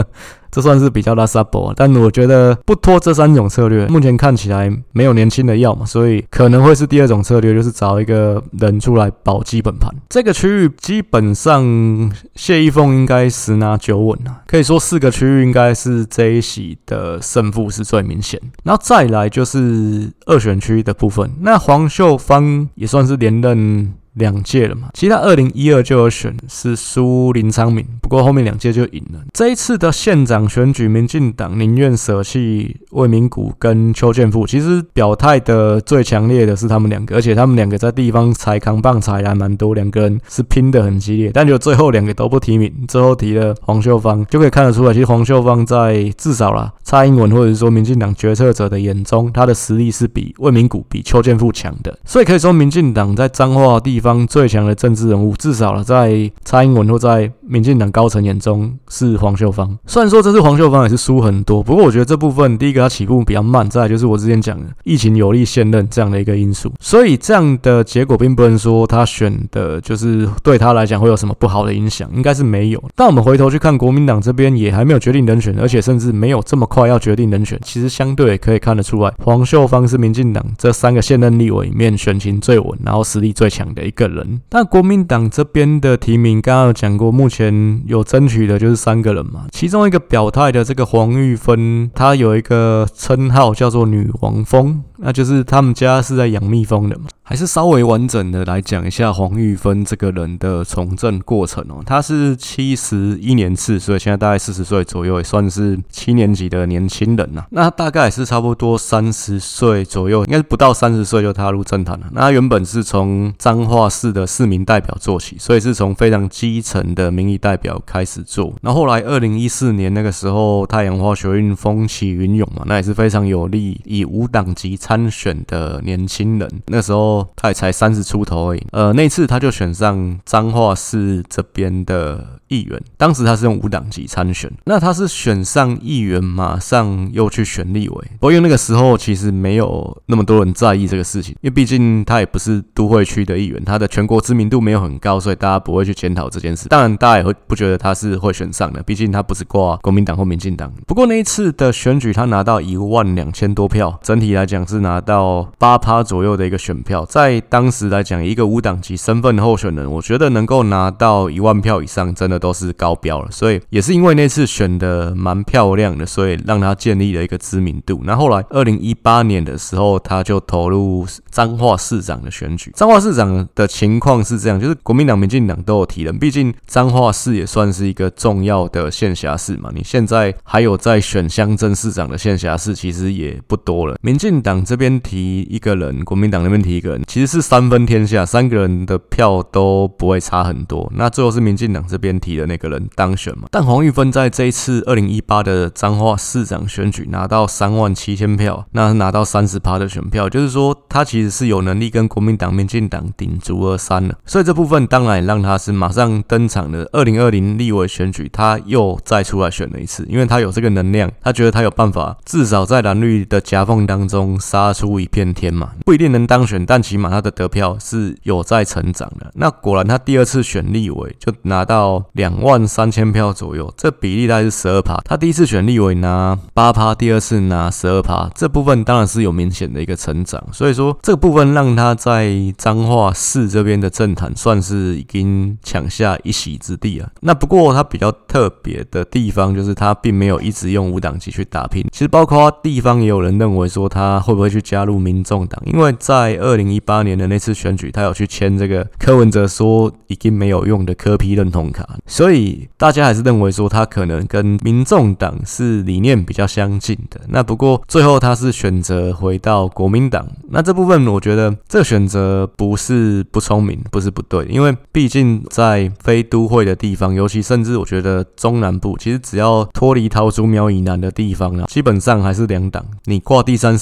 这算是比较拉萨博，但我觉得不拖这3种策略，目前看起来没有年轻的药嘛，所以可能会是第2种策略，就是找一个人出来保基本盘。这个区域基本上谢一峰应该10拿9稳啊，可以说4个区域应该是这一席的胜负是最明显。然后再来就是2选区的部分，那黄秀芳也算是连任2届了嘛，其实他2012就有选，是输林昌敏，不过后面2届就赢了。这一次的县长选举，民进党宁愿舍弃魏明谷跟邱建富，其实表态的最强烈的是他们2个，而且他们2个在地方踩扛棒踩还蛮多，2个人是拼得很激烈，但就最后2个都不提名，最后提了黄秀芳，就可以看得出来，其实黄秀芳在至少啦蔡英文或者说民进党决策者的眼中，他的实力是比魏明谷、比邱建富强的，所以可以说民进党在彰化地方最强的政治人物，至少在蔡英文或在民进党高层眼中是黄秀芳。虽然说这次黄秀芳也是输很多，不过我觉得这部分第一个他起步比较慢，再来就是我之前讲的疫情有利现任这样的一个因素，所以这样的结果并不能说他选的就是对他来讲会有什么不好的影响，应该是没有。但我们回头去看国民党这边也还没有决定人选，而且甚至没有这么快要决定人选，其实相对可以看得出来，黄秀芳是民进党这3个现任立委里面选情最稳，然后实力最强的一个人。但国民党这边的提名刚刚有讲过，目前有争取的就是3个人嘛，其中一个表态的这个黄玉芬，她有一个称号叫做女王蜂，那就是他们家是在养蜜蜂的嘛。还是稍微完整的来讲一下黄玉芬这个人的从政过程哦。他是71年次，所以现在大概40岁左右，也算是7年级的年轻人啊。那他大概也是差不多30岁左右，应该是不到30岁就踏入政坛了。那他原本是从彰化市的市民代表做起，所以是从非常基层的民意代表开始做。然后后来2014年那个时候，太阳花学运风起云涌嘛，那也是非常有利以无党籍参选的年轻人。那时候他也才30出头而已。那次他就选上彰化市这边的议员，当时他是用无党籍参选。那他是选上议员，马上又去选立委。不过因为那个时候其实没有那么多人在意这个事情，因为毕竟他也不是都会区的议员，他的全国知名度没有很高，所以大家不会去检讨这件事。当然，大家也会不觉得他是会选上的，毕竟他不是挂国民党或民进党。不过那一次的选举，他拿到12000多票，整体来讲是拿到8%左右的一个选票。在当时来讲，一个无党籍身份的候选人，我觉得能够拿到10000票以上，真的都是高标了。所以也是因为那次选的蛮漂亮的，所以让他建立了一个知名度。那后来2018年的时候，他就投入彰化市长的选举。彰化市长的情况是这样，就是国民党、民进党都有提人，毕竟彰化市也算是一个重要的县辖市嘛。你现在还有在选乡镇市长的县辖市，其实也不多了。民进党这边提一个人，国民党那边提一个人，其实是3分天下，3个人的票都不会差很多。那最后是民进党这边提的那个人当选嘛。但黄玉芬在这一次2018的彰化市长选举拿到37000票，那拿到30%的选票，就是说他其实是有能力跟国民党、民进党鼎足而三了。所以这部分当然也让他是马上登场的2020立委选举，他又再出来选了一次，因为他有这个能量，他觉得他有办法，至少在蓝绿的夹缝当中杀出一片天嘛。不一定能当选，但起码他的得票是有在成长的。那果然他第2次选立委就拿到23000票左右，这比例大概是12%。他第1次选立委拿8%，第2次拿12%，这部分当然是有明显的一个成长。所以说这个部分让他在彰化市这边的政坛算是已经抢下一席之地啊。那不过他比较特别的地方就是他并没有一直用无党籍去打拼。其实包括地方也有人认为说他会不会去加入民众党，因为在2018年的那次选举，他有去签这个柯文哲说已经没有用的柯 P 认同卡，所以大家还是认为说他可能跟民众党是理念比较相近的。那不过最后他是选择回到国民党，那这部分我觉得这个选择不是不聪明，不是不对，因为毕竟在非都会的地方，尤其甚至我觉得中南部，其实只要脱离桃竹苗以南的地方啊，基本上还是2党，你挂第3势力其实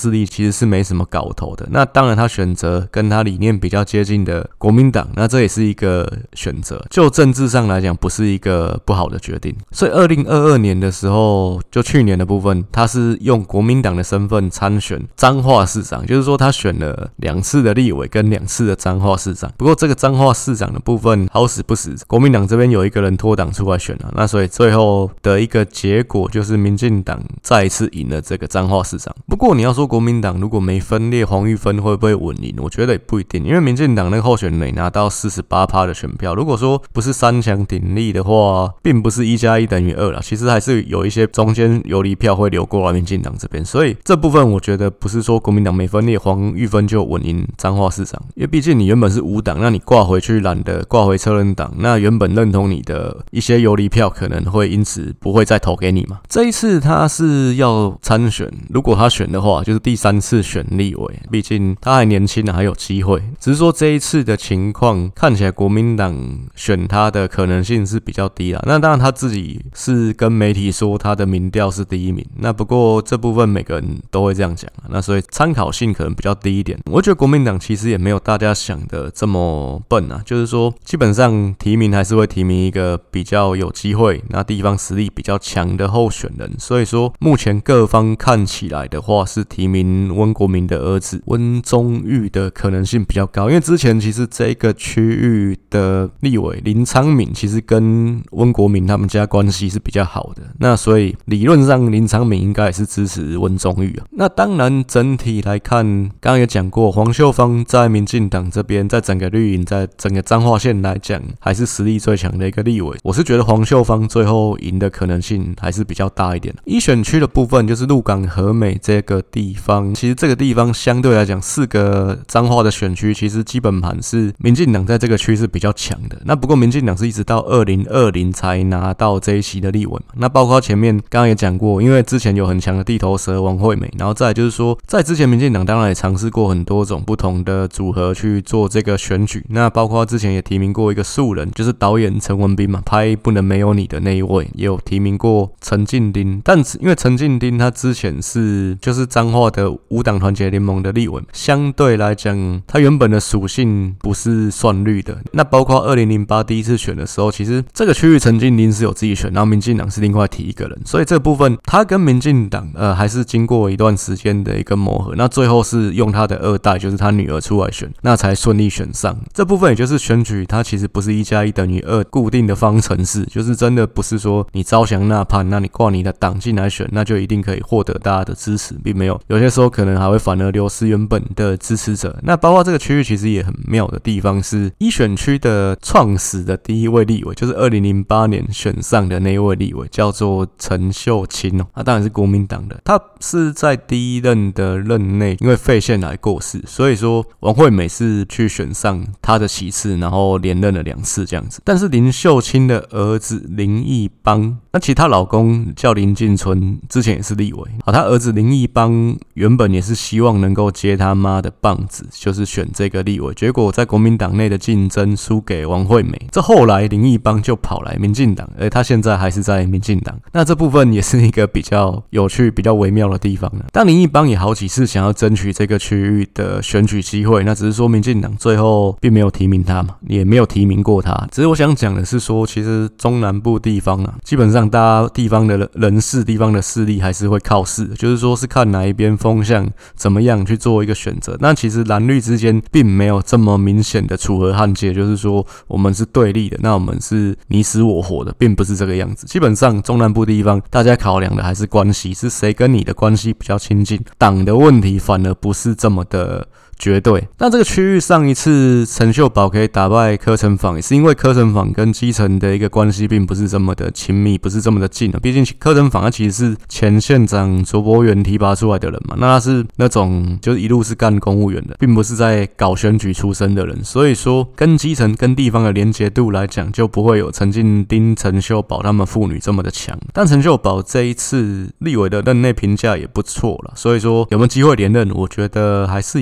实是没什么搞头的。那当然他选择跟他理念比较接近的国民党，那这也是一个选择，就政治上来讲不是一个不好的决定。所以2022年的时候，就去年的部分，他是用国民党的身份参选彰化市长，就是说他选了2次的立委跟2次的彰化市长。不过这个彰化市长的部分好死不死，国民党这边有一个人脱党出来选了，那所以最后的一个结果就是民进党再一次赢了这个彰化市长。不过你要说国民党如果没分裂，黄玉芬会不会稳赢？我觉得也不一定，因为民进党那个候选人拿到 48% 的选票，如果说不是3强鼎立的话，并不是1+1等于2啦，其实还是有一些中间游离票会流过来民进党这边，所以这部分我觉得不是说国民党没分裂，黄玉芬就稳赢彰化市长，因为毕竟你原本是无党，那你挂回去懒得挂回车轮党，那原本认同你的一些游离票可能会因此不会再投给你嘛。这一次他是要参选，如果他选的话，就是第3次选立委，毕竟他还年轻还有机会。只是说这一次的情况看起来国民党选他的可能性是比较低啦。那当然他自己是跟媒体说他的民调是第1名，那不过这部分每个人都会这样讲，那所以参考性可能比较低一点。我觉得国民党其实也没有大家想的这么笨啊，就是说基本上提名还是会提名一个比较有机会，那地方实力比较强的候选人。所以说目前各方看起来的话是提名温国民的儿子温宗玉的可能性比较高，因为之前其实这个区域的立委林昌敏其实跟温国民他们家关系是比较好的，那所以理论上林昌敏应该也是支持温宗玉啊。那当然整体来看，刚刚也讲过，黄秀芳在民进党这边，在整个绿营，在整个彰化县来讲，还是实力最强的一个立委。我是觉得黄秀芳最后赢的可能性还是比较大一点。一选区的部分就是鹿港和美这个地方，其实这个地方相对来讲4个彰化的选区，其实基本盘是民进党在这个区是比较强的。那不过民进党是一直到2020才拿到这一席的立委嘛。那包括前面刚刚也讲过，因为之前有很强的地头蛇王惠美，然后再来就是说，在之前民进党当然也尝试过很多种不同的组合去做这个选举。那包括之前也提名过一个素人，就是导演陈文彬嘛，拍《不能没有你》的那一位，也有提名过陈进丁。但因为陈进丁他之前是就是彰化的无党团结联盟的立委，相对来讲他原本的属性不是算绿的。那包括2008第一次选的时候，其实这个区域陈进丁是有自己选，然后民进党是另外提一个人，所以这部分他跟民进党还是经过一段时间的一个磨合，那最后是用他的2代，就是他女儿出来选，那才顺利选上。这部分也就是选举它其实不是1+1等于2固定的方程式，就是真的不是说你招降纳叛，那你挂你的党进来选，那就一定可以获得大家的支持，并没有，有些时候可能还会反而流失原本的支持者。那包括这个区域其实也很妙的地方是，一选区的创始的第一位立委，就是2008年选上的那一位立委，叫做陈秀卿他当然是国民党的，他是在第一任的任内因为肺腺癌过世，所以说王惠美是去选上他的席次，然后连任了2次这样子。但是林秀卿的儿子林义邦，那其实她老公叫林进春，之前也是立委，他儿子林义邦原本也是希望能够接他妈的棒子，就是选这个立委，结果在国民党内的竞争输给王惠美，这后来林义邦就跑来民进党，而他现在还是在民进党。那这部分也是一个比较有趣比较微妙的地方但林义邦也好几次想要争取这个区域的选举机会，那只是说民进党最后并没有提名他嘛，也没有提名过他。只是我想讲的是说，其实中南部地方基本上大家地方的人士、地方的势力还是会靠势，就是说是看哪一边风向怎么样去做一个选择。那其实蓝绿之间并没有这么明显的楚河汉界，就是说我们是对立的，那我们是你死我活的，并不是这个样子。基本上中南部地方大家考量的还是关系，是谁跟你的关系比较亲近，党的问题反而不是这么的绝对。那这个区域上一次陈秀宝可以打败柯成坊，也是因为柯成坊跟基层的一个关系并不是这么的亲密，不是这么的近毕竟柯成坊他其实是前县长卓博源提拔出来的人嘛，那他是那种就是一路是干公务员的，并不是在搞选举出身的人，所以说跟基层跟地方的连结度来讲，就不会有陈进丁、陈秀宝他们父女这么的强。但陈秀宝这一次立委的任内评价也不错啦，所以说有没有机会连任，我觉得还是有。那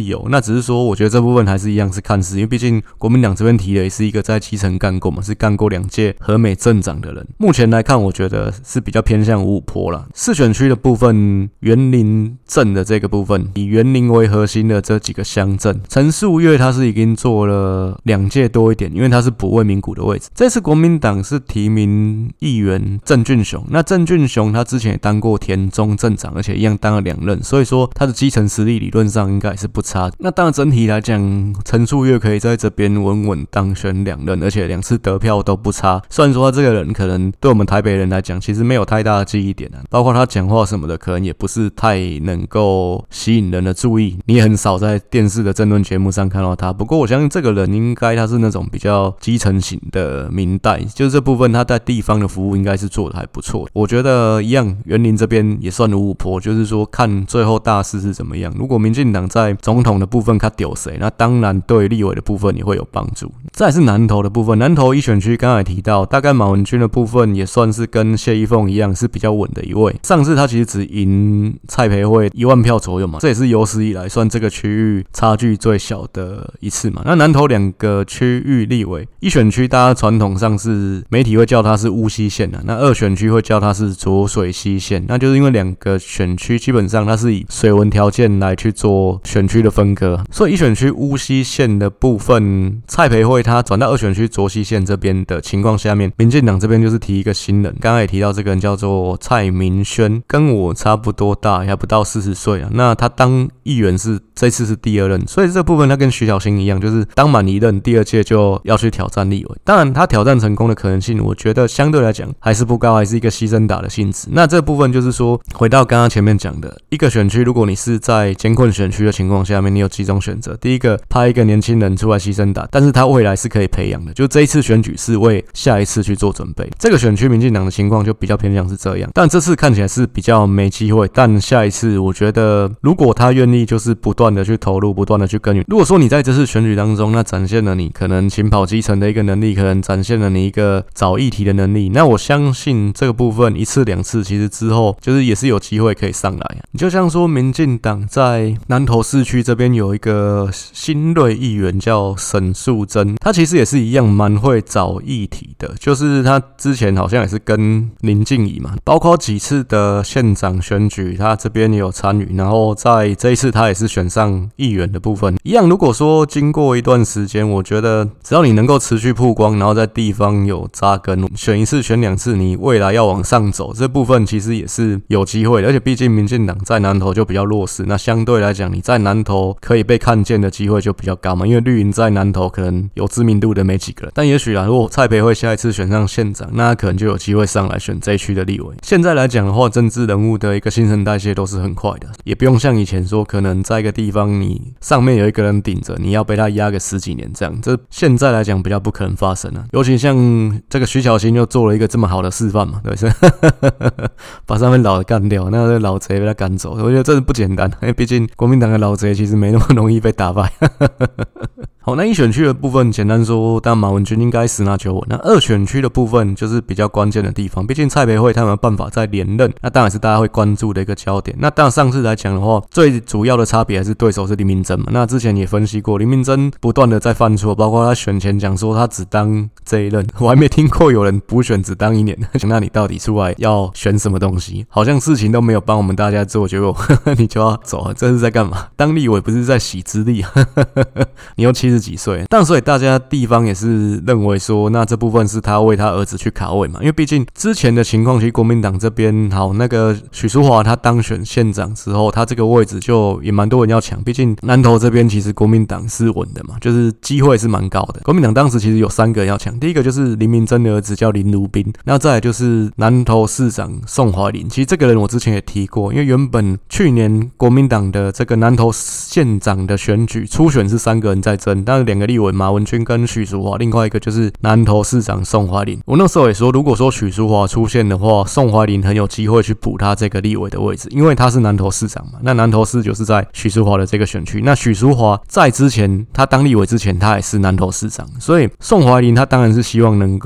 只是说我觉得这部分还是一样是看似，因为毕竟国民党这边提的也是一个在基层干过嘛，是干过2届和美镇长的人。目前来看，我觉得是比较偏向五五波啦。4选区的部分，员林镇的这个部分，以员林为核心的这几个乡镇，陈树岳他是已经做了2届多一点，因为他是补卫名谷的位置。这次国民党是提名议员郑俊雄，那郑俊雄他之前也当过田中镇长，而且一样当了2任，所以说他的基层实力理论上应该也是不差。那当然整体来讲，陈树岳可以在这边稳稳当选2任，而且2次得票都不差。虽然说他这个人可能对我们台北人来讲，其实没有太大的记忆点包括他讲话什么的，可能也不是太能够吸引人的注意，你也很少在电视的政论节目上看到他。不过我相信这个人应该他是那种比较基层型的民代，就是这部分他在地方的服务应该是做的还不错。我觉得一样，员林这边也算五五波，就是说看最后大势是怎么样。如果民进党在总统的部分他丢谁，那当然对立委的部分也会有帮助。再来是南投的部分，南投1选区刚才提到，大概马文君的部分也算是跟谢依凤一样是比较稳的一位。上次他其实只赢蔡培慧1万票左右嘛，这也是有史以来算这个区域差距最小的一次嘛。那南投2个区域立委，1选区大家传统上是媒体会叫它是乌溪县那2选区会叫它是浊水溪县，那就是因为2个选区基本上它是以水文条件来去做选区的分割，所以1选区乌溪县的部分，蔡培慧他转到2选区浊溪县这边的情况下面，民进党这边就是提一个新人，刚刚也提到这个人叫做蔡明轩，跟我差不多大，还不到40岁那他当议员是这次是第2任，所以这部分他跟徐小新一样，就是当满1任，第2届就要去挑战立委。当然他挑战成功的可能性，我觉得相对来讲还是不高，还是一个牺牲打的性质。那这部分就是说，回到刚刚前面讲的，一个选区如果你是在艰困选区的情况下面，你有几种选择。第一个，派一个年轻人出来牺牲打，但是他未来是可以培养的，就这一次选举是为下一次去做准备。这个选区民进党的情况就比较偏向是这样，但这次看起来是比较没机会。但下一次我觉得，如果他愿意就是不断的去投入，不断的去耕耘。如果说你在这次选举当中，那展现了你可能勤跑基层的一个能力，可能展现了你一个找议题的能力，那我相信这个部分1次2次，其实之后就是也是有机会可以上来。你就像说民进党在南投市区这边有一个新锐议员叫沈素贞，他其实也是一样蛮会找议题的，就是他之前好像也是跟林静怡嘛，包括几次的县长选举，他这边也有参与，然后在这一次他也是选上议员的部分一样。如果说经过一段时间，我觉得只要你能够持续曝光，然后在地方有扎根，选1次选2次，你未来要往上走，这部分其实也是有机会的。而且毕竟民进党在南投就比较弱势，那相对来讲你在南投可以被看见的机会就比较高嘛，因为绿营在南投可能有知名度的没几个人。但也许如果蔡培慧下一次选上县长，那他可能就有机会上来选这一区的立委。现在来讲的话，政治人物的一个新陈代谢都是很快的，也不用像以前说可能在一个地方你上面有一个人顶着，你要被他压个10几年这样，这现在来讲比较不可能发生尤其像这个徐小新就做了一个这么好的示范嘛，对不对？把上面老的干掉，那个老贼被他赶走，我觉得这是不简单，因为毕竟国民党的老贼其实没那么容易被打败。好，那1选区的部分，简单说，但马文君应该10拿9稳。那2选区的部分就是比较关键的地方，毕竟蔡培慧他有没有办法再连任，那当然是大家会关注的一个焦点。那当然上次来讲的话，最主要的差别还是对手是林明溱嘛。那之前也分析过，林明溱不断的在犯错，包括他选前讲说他只当这一任，我还没听过有人补选只当1年。那你到底出来要选什么东西？好像事情都没有帮我们大家做，结果你就要走，这是在干嘛？当立委不是在洗资历你又70几岁，但所以大家地方也是认为说，那这部分是他为他儿子去卡位嘛，因为毕竟之前的情况，其实国民党这边好，那个许淑华他当选县长之后，他这个位置就也蛮多人要抢，毕竟南投这边其实国民党是稳的嘛，就是机会是蛮高的。国民党当时其实有3个人要抢，第一个就是林明溱的儿子叫林如宾，那再来就是南投市长宋怀林。其实这个人我之前也提过，因为原本去年国民党的这个南投县长的选举初选是3个人在争，但是2个立委马文君跟许淑华，另外一个就是南投市长宋怀林。我那时候也说，如果说许淑华出现的话，宋怀林很有机会去补他这个立委的位置，因为他是南投市长嘛。那南投市就是在许淑华的这个选区，那许淑华在之前他当立委之前，他也是南投市长，所以宋怀林他当然是希望能够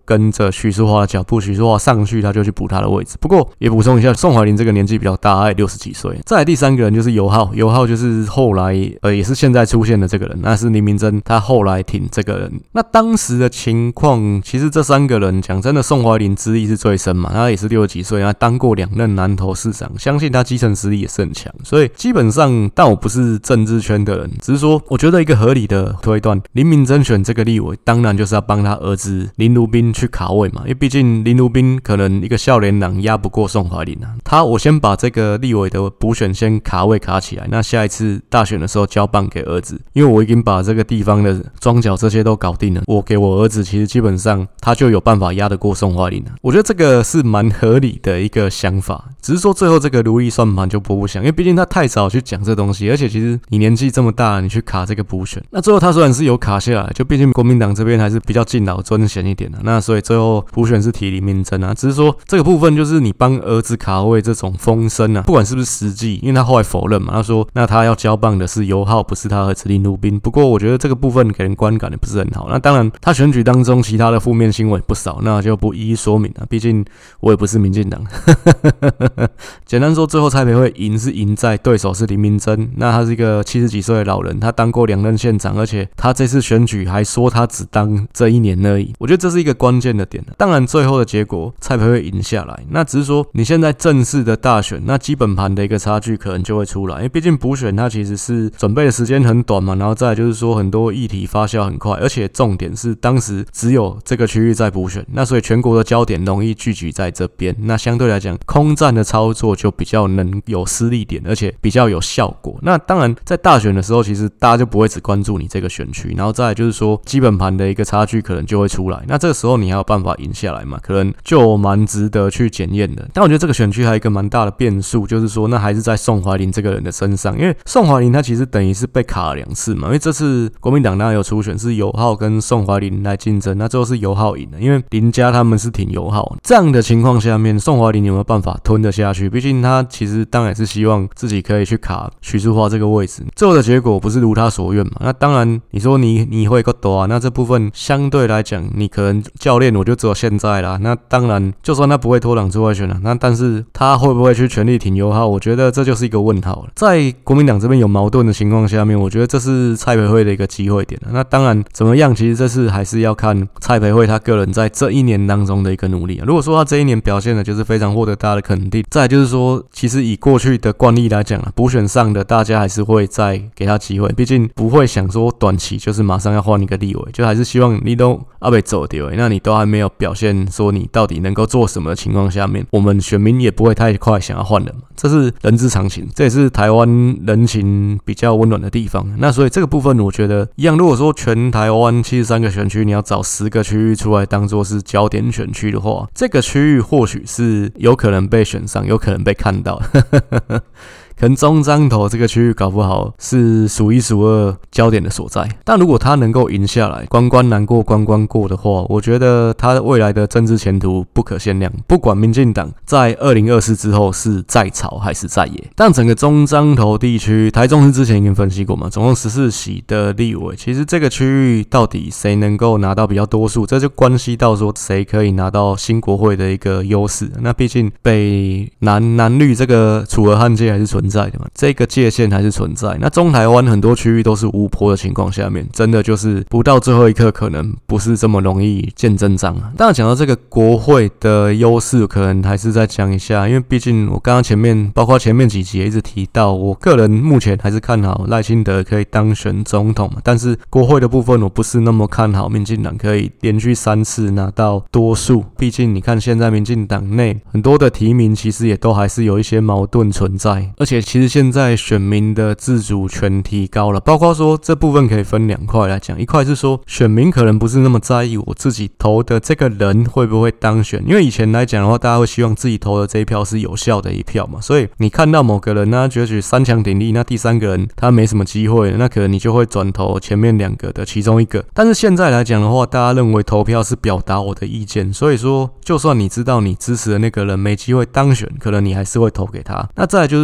跟着徐淑华的脚步，徐淑华上去他就去补他的位置。不过也补充一下，宋怀林这个年纪比较大，他也60几岁。再来第三个人就是尤浩，尤浩就是后来也是现在出现的这个人，那是林明珍他后来挺这个人。那当时的情况，其实这三个人讲真的，宋怀林资历是最深嘛，他也是60几岁，他当过2任南投市长，相信他基层实力也是很强。所以基本上，但我不是政治圈的人，只是说我觉得一个合理的推断，林明珍选这个立委，当然就是要帮他儿子林如宾去卡位嘛，因为毕竟林如宾可能一个少年郎压不过宋怀林啊。我先把这个立委的补选先卡位卡起来，那下一次大选的时候交棒给儿子，因为我已经把这个地方的庄脚这些都搞定了，我给我儿子，其实基本上他就有办法压得过宋怀林了。我觉得这个是蛮合理的一个想法，只是说最后这个如意算盘就拨不响，因为毕竟他太早去讲这东西，而且其实你年纪这么大，你去卡这个补选，那最后他虽然是有卡下来，就毕竟国民党这边还是比较敬老尊贤一点的，那所以最后补选是提林明珍啊，只是说这个部分就是你帮儿子卡位这种风声啊，不管是不是实际，因为他后来否认嘛，他说那他要交棒的是尤浩，不是他儿子林如宾。不过我觉得这个部分给人观感也不是很好。那当然，他选举当中其他的负面新闻也不少，那就不一一说明了。毕竟我也不是民进党。简单说，最后蔡培慧赢是赢在对手是林明珍，那他是一个70几岁的老人，他当过2任县长，而且他这次选举还说他只当这1年而已。我觉得这是一个关键的点。当然，最后的结果蔡培慧赢下来，那只是说你现在正式的大选，那基本盘的一个差距可能就会出来，因为毕竟补选它其实是准备的时间很短嘛，然后再来就是说很多议题发酵很快，而且重点是当时只有这个区域在补选，那所以全国的焦点容易聚集在这边，那相对来讲空战的操作就比较能有施力点，而且比较有效果。那当然在大选的时候，其实大家就不会只关注你这个选区，然后再来就是说基本盘的一个差距可能就会出来，那这个时候你还有办法赢下来嘛，可能就蛮值得去检验的。但我觉得这个选区还有一个蛮大的变数，就是说那还是在宋怀林这个人的身上，因为宋怀林他其实等于是被卡了2次嘛，因为这次国民党当然有初选是尤浩跟宋怀林来竞争，那最后是尤浩赢了，因为林家他们是挺尤浩，这样的情况下面，宋怀林有没有办法吞得下去？毕竟他其实当然是希望自己可以去卡徐淑华这个位置，最后的结果不是如他所愿嘛。那当然你说你会够多啊，那这部分相对来讲，你可能教练我就只有现在啦。那当然，就算他不会脱党出外选了，那但是他会不会去全力挺尤浩？我觉得这就是一个问号了。在国民党这边有矛盾的情况下面，我觉得这是蔡培慧的一个机会点了。那当然怎么样，其实这次还是要看蔡培慧他个人在这1年当中的一个努力。如果说他这1年表现的就是非常获得大家的肯定，再来就是说，其实以过去的惯例来讲啊，补选上的大家还是会再给他机会，毕竟不会想说短期就是马上要换一个立委，就还是希望你都被走掉，那你都还没有表现说你到底能够做什么的情况下面，我们选民也不会太快想要换人嘛，这是人之常情，这也是台湾人情比较温暖的地方。那所以这个部分我觉得一样，如果说全台湾73个选区你要找10个区域出来当做是焦点选区的话，这个区域或许是有可能被选上，有可能被看到。可能中彰投这个区域搞不好是数1数2焦点的所在，但如果他能够赢下来，关关难过关关过的话，我觉得他未来的政治前途不可限量。不管民进党在2024之后是在朝还是在野，但整个中彰投地区，台中市之前已经分析过嘛，总共14席的立委，其实这个区域到底谁能够拿到比较多数，这就关系到说谁可以拿到新国会的一个优势。那毕竟北南绿这个楚河汉界还是存在的嘛，这个界限还是存在。那中台湾很多区域都是无波的情况下面，真的就是不到最后一刻可能不是这么容易见真章啊。当然讲到这个国会的优势，可能还是再讲一下，因为毕竟我刚刚前面包括前面几集也一直提到，我个人目前还是看好赖清德可以当选总统嘛，但是国会的部分我不是那么看好民进党可以连续3次拿到多数。毕竟你看现在民进党内很多的提名其实也都还是有一些矛盾存在，而且其实现在选民的自主权提高了，包括说这部分可以分2块来讲，一块是说选民可能不是那么在意我自己投的这个人会不会当选，因为以前来讲的话，大家会希望自己投的这一票是有效的一票嘛，所以你看到某个人呢，觉得3强鼎立，那第3个人他没什么机会，那可能你就会转投前面2个的其中一个。但是现在来讲的话，大家认为投票是表达我的意见，所以说就算你知道你支持的那个人没机会当选，可能你还是会投给他。那再来就是说，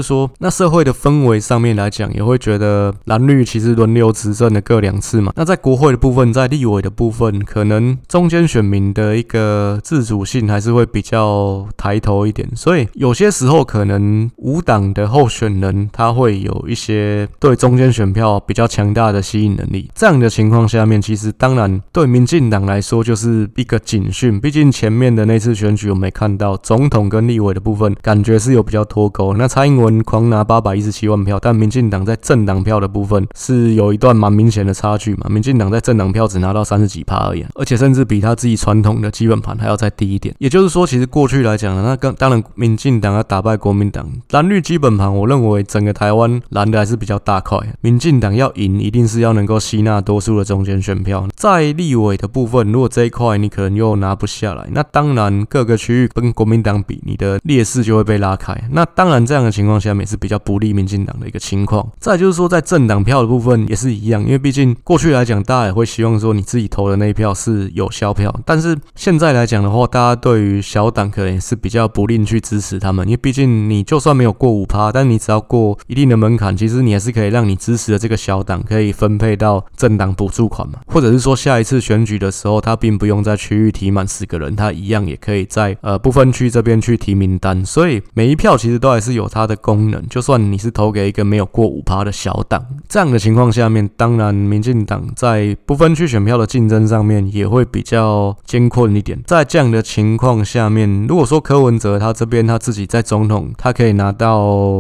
那社会的氛围上面来讲，也会觉得蓝绿其实轮流执政的各2次嘛。那在国会的部分，在立委的部分，可能中间选民的一个自主性还是会比较抬头一点，所以有些时候可能无党的候选人他会有一些对中间选票比较强大的吸引能力。这样的情况下面，其实当然对民进党来说就是一个警讯，毕竟前面的那次选举我们也看到总统跟立委的部分感觉是有比较脱钩。那蔡英文狂拿817万票，但民进党在政党票的部分是有一段蛮明显的差距嘛。民进党在政党票只拿到30几%而已，而且甚至比他自己传统的基本盘还要再低一点。也就是说，其实过去来讲呢，那当然民进党要打败国民党，蓝绿基本盘我认为整个台湾蓝的还是比较大块。民进党要赢，一定是要能够吸纳多数的中间选票。在立委的部分，如果这一块你可能又拿不下来，那当然各个区域跟国民党比，你的劣势就会被拉开。那当然这样的情况下面是比较不利民进党的一个情况。再就是说，在政党票的部分也是一样，因为毕竟过去来讲，大家也会希望说你自己投的那一票是有效票，但是现在来讲的话，大家对于小党可能也是比较不吝去支持他们，因为毕竟你就算没有过5%，但你只要过一定的门槛，其实你还是可以让你支持的这个小党可以分配到政党补助款嘛，或者是说下一次选举的时候，他并不用在区域提满10个人，他一样也可以在不分区这边去提名单，所以每一票其实都还是有它的功能，就算你是投给一个没有过5%的小党，这样的情况下面，当然民进党在不分区选票的竞争上面也会比较艰困一点。在这样的情况下面，如果说柯文哲他这边他自己在总统他可以拿到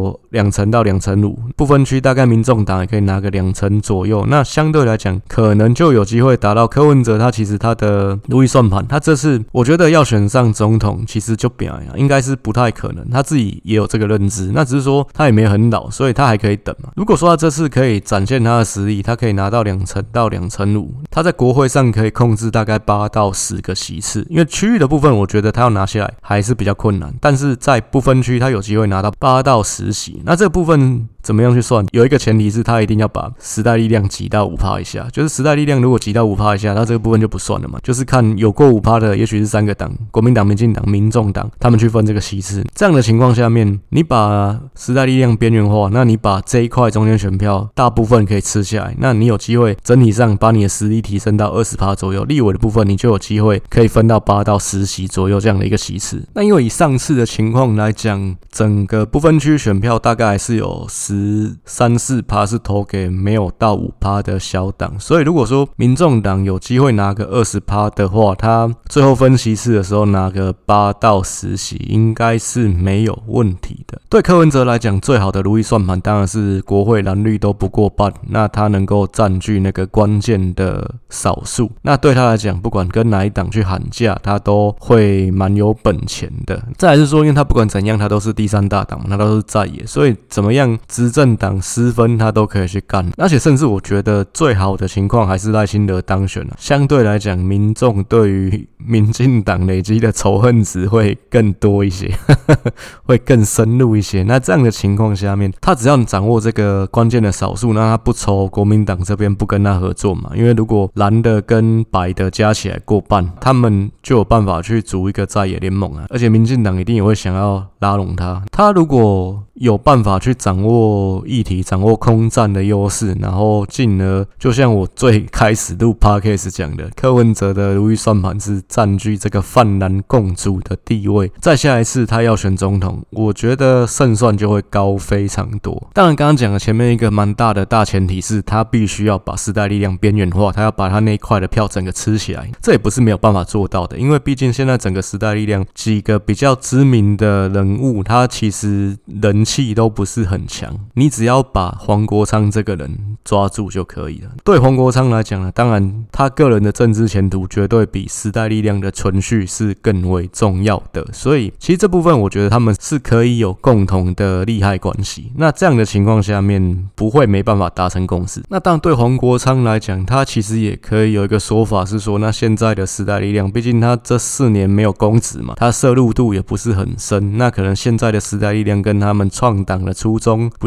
2成到2成5%，不分区大概民众党也可以拿个2成左右，那相对来讲可能就有机会达到柯文哲他其实他的如意算盘，他这次我觉得要选上总统其实就应该是不太可能，他自己也有这个认知，那只是说他也没很老，所以他还可以等嘛。如果说他这次可以展现他的实力，他可以拿到2成到2成5%，他在国会上可以控制大概8到10个席次，因为区域的部分我觉得他要拿下来还是比较困难，但是在不分区他有机会拿到8到10席。那这个部分怎么样去算？有一个前提是他一定要把时代力量挤到5%以下，就是时代力量如果挤到5%以下，那这个部分就不算了嘛，就是看有过5%的也许是3个党，国民党、民进党、民众党，他们去分这个席次。这样的情况下面，你把时代力量边缘化，那你把这一块中间选票大部分可以吃下来，那你有机会整体上把你的实力提升到20%左右，立委的部分你就有机会可以分到8到10席左右这样的一个席次。那因为以上次的情况来讲，整个不分区选票大概还是有13-14%是投给没有到5%的小党，所以如果说民众党有机会拿个20%的话，他最后分席次的时候拿个8到10席应该是没有问题的。对柯文哲来讲，最好的如意算盘当然是国会蓝绿都不过半，那他能够占据那个关键的少数，那对他来讲不管跟哪一党去喊价，他都会蛮有本钱的。再来是说，因为他不管怎样他都是第3大党，他都是在野，所以怎么样执政党失分他都可以去干，而且甚至我觉得最好的情况还是赖清德当选了，相对来讲民众对于民进党累积的仇恨值会更多一些会更深入一些。那这样的情况下面，他只要掌握这个关键的少数，那他不愁国民党这边不跟他合作嘛，因为如果蓝的跟白的加起来过半，他们就有办法去组一个在野联盟啊，而且民进党一定也会想要拉拢他，他如果有办法去掌握议题，掌握空战的优势，然后进而就像我最开始录 Podcast 讲的，柯文哲的如意算盘是占据这个泛蓝共主的地位，再下一次他要选总统，我觉得胜算就会高非常多。当然刚刚讲的前面一个蛮大的大前提是他必须要把时代力量边缘化，他要把他那一块的票整个吃起来，这也不是没有办法做到的，因为毕竟现在整个时代力量几个比较知名的人物，他其实人气都不是很强，你只要把黄国昌这个人抓住就可以了。对黄国昌来讲呢，当然他个人的政治前途绝对比时代力量的存续是更为重要的，所以其实这部分我觉得他们是可以有共同的利害关系。那这样的情况下面不会没办法达成共识。那当然对黄国昌来讲，他其实也可以有一个说法是说，那现在的时代力量毕竟他这4年没有公职嘛，他涉入度也不是很深，那可能现在的时代力量跟他们创党的初衷不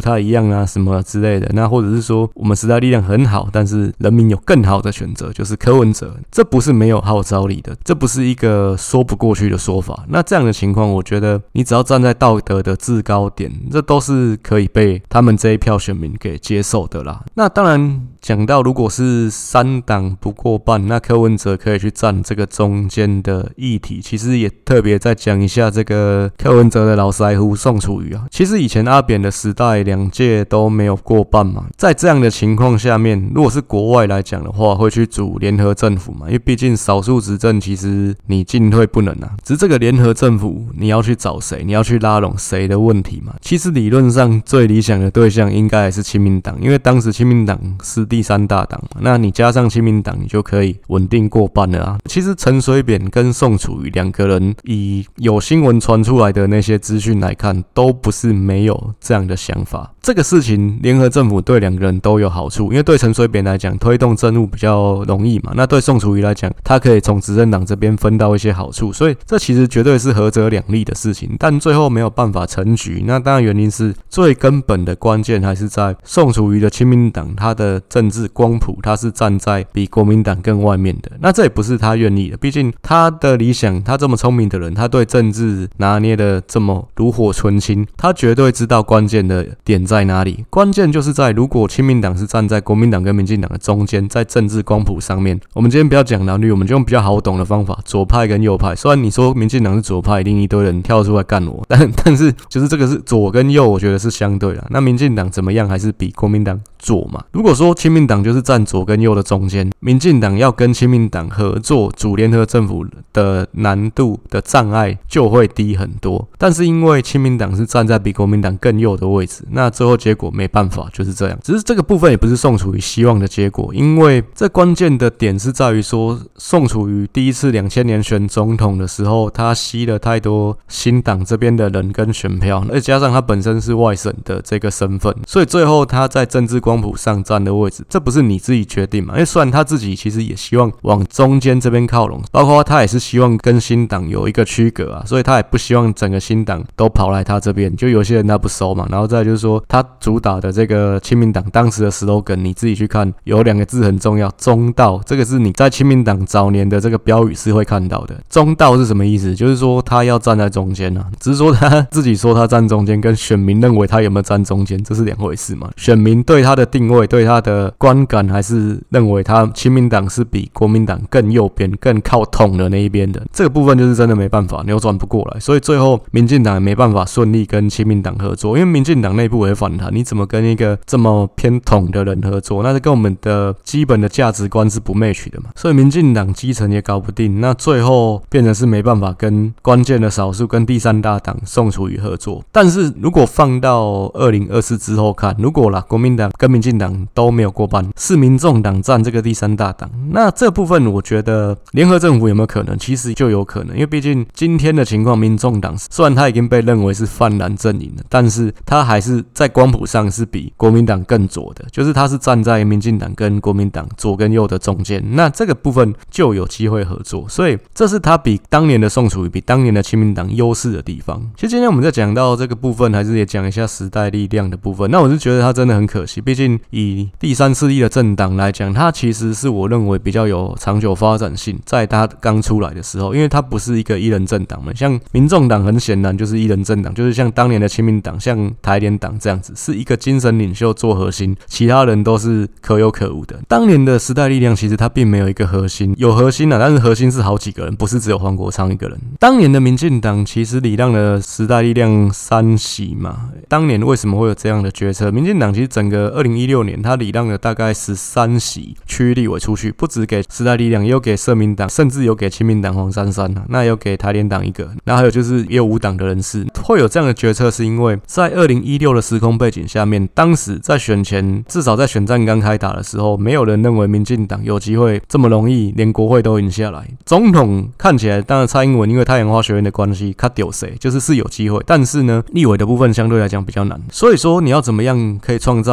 太一样啊什么之类的，那或者是说我们时代力量很好，但是人民有更好的选择，就是柯文哲，这不是没有号召力的，这不是一个说不过去的说法。那这样的情况，我觉得你只要站在道德的制高点，这都是可以被他们这一票选民给接受的啦。那当然讲到如果是3党不过半，那柯文哲可以去占这个中间的议题，其实也特别再讲一下这个柯文哲的老师傅宋楚瑜啊。其实以前阿扁的时代2届都没有过半嘛，在这样的情况下面，如果是国外来讲的话，会去组联合政府嘛，因为毕竟少数执政其实你进退不能啊，只是这个联合政府你要去找谁，你要去拉拢谁的问题嘛。其实理论上最理想的对象应该还是亲民党，因为当时亲民党是第3大党嘛，那你加上亲民党，你就可以稳定过半了啊。其实陈水扁跟宋楚瑜2个人，以有新闻传出来的那些资讯来看，都不是没有这样的想法。这个事情联合政府对2个人都有好处，因为对陈水扁来讲推动政务比较容易嘛，那对宋楚瑜来讲他可以从执政党这边分到一些好处，所以这其实绝对是合则两利的事情，但最后没有办法成局。那当然原因是最根本的关键还是在宋楚瑜的亲民党，他的政治光谱他是站在比国民党更外面的，那这也不是他愿意的，毕竟他的理想，他这么聪明的人，他对政治拿捏的这么炉火纯青，他绝对知道关键的点在哪里。关键就是在如果亲民党是站在国民党跟民进党的中间，在政治光谱上面，我们今天不要讲蓝绿，我们就用比较好懂的方法，左派跟右派。虽然你说民进党是左派，一定一堆人跳出来干我，但是就是这个是左跟右，我觉得是相对啦。那民进党怎么样，还是比国民党左嘛。如果说亲民党就是站左跟右的中间，民进党要跟亲民党合作组联合政府的难度的障碍就会低很多。但是因为亲民党是站在比国民党更右的位置，那最后结果没办法就是这样。只是这个部分也不是宋楚瑜希望的结果，因为这关键的点是在于说，宋楚瑜第一次2000年选总统的时候，他吸了太多新党这边的人跟选票，而且加上他本身是外省的这个身份，所以最后他在政治光谱上站的位置，这不是你自己决定嘛？因为虽然他自己其实也希望往中间这边靠拢，包括他也是希望跟新党有一个区隔啊，所以他也不希望整个新党都跑来他这边，就有些人他不收嘛。然后再就是说，他主打的这个亲民党当时的 slogan， 你自己去看，有2个字很重要，中道。这个是你在亲民党早年的这个标语是会看到的。中道是什么意思？就是说他要站在中间啊，只是说他自己说他站中间，跟选民认为他有没有站中间，这是2回事嘛。选民对他的定位，对他的观感，还是认为他亲民党是比国民党更右边、更靠统的那一边的。这个部分就是真的没办法扭转不过来，所以最后民进党也没办法顺利跟亲民党合作，因为民进党内部也反弹，你怎么跟一个这么偏统的人合作？那是跟我们的基本的价值观是不 match 的嘛。所以民进党基层也搞不定，那最后变成是没办法跟关键的少数跟第3大党宋楚瑜合作。但是如果放到2024之后看，如果啦国民党跟民进党都没有过半，是民众党占这个第3大党，那这部分我觉得联合政府有没有可能？其实就有可能，因为毕竟今天的情况，民众党虽然他已经被认为是泛蓝阵营了，但是他还是在光谱上是比国民党更左的，就是他是站在民进党跟国民党左跟右的中间，那这个部分就有机会合作，所以这是他比当年的宋楚瑜、比当年的亲民党优势的地方。其实今天我们在讲到这个部分，还是也讲一下时代力量的部分。那我是觉得他真的很可惜，毕竟以第3势力的政党来讲，他其实是我认为比较有长久发展性，在他刚出来的时候，因为他不是一个一人政党嘛，像民众党很显然就是一人政党，就是像当年的亲民党、像台联党这样子，是一个精神领袖做核心，其他人都是可有可无的。当年的时代力量其实它并没有一个核心，有核心啊，但是核心是好几个人，不是只有黄国昌一个人。当年的民进党其实礼让了时代力量3席嘛，当年为什么会有这样的决策？民进党其实整个2016年他礼让了大概13席区域立委出去，不只给时代力量，也有给社民党，甚至有给亲民党黄珊珊啊，那也有给台联党一个，然后还有就是也有无党的人士。会有这样的决策是因为在2016的时空背景下面，当时在选前，至少在选战刚开打的时候，没有人认为民进党有机会这么容易连国会都赢下来。总统看起来，当然蔡英文因为太阳花学院的关系，他丢谁就是有机会，但是呢，立委的部分相对来讲比较难。所以说你要怎么样可以创造稳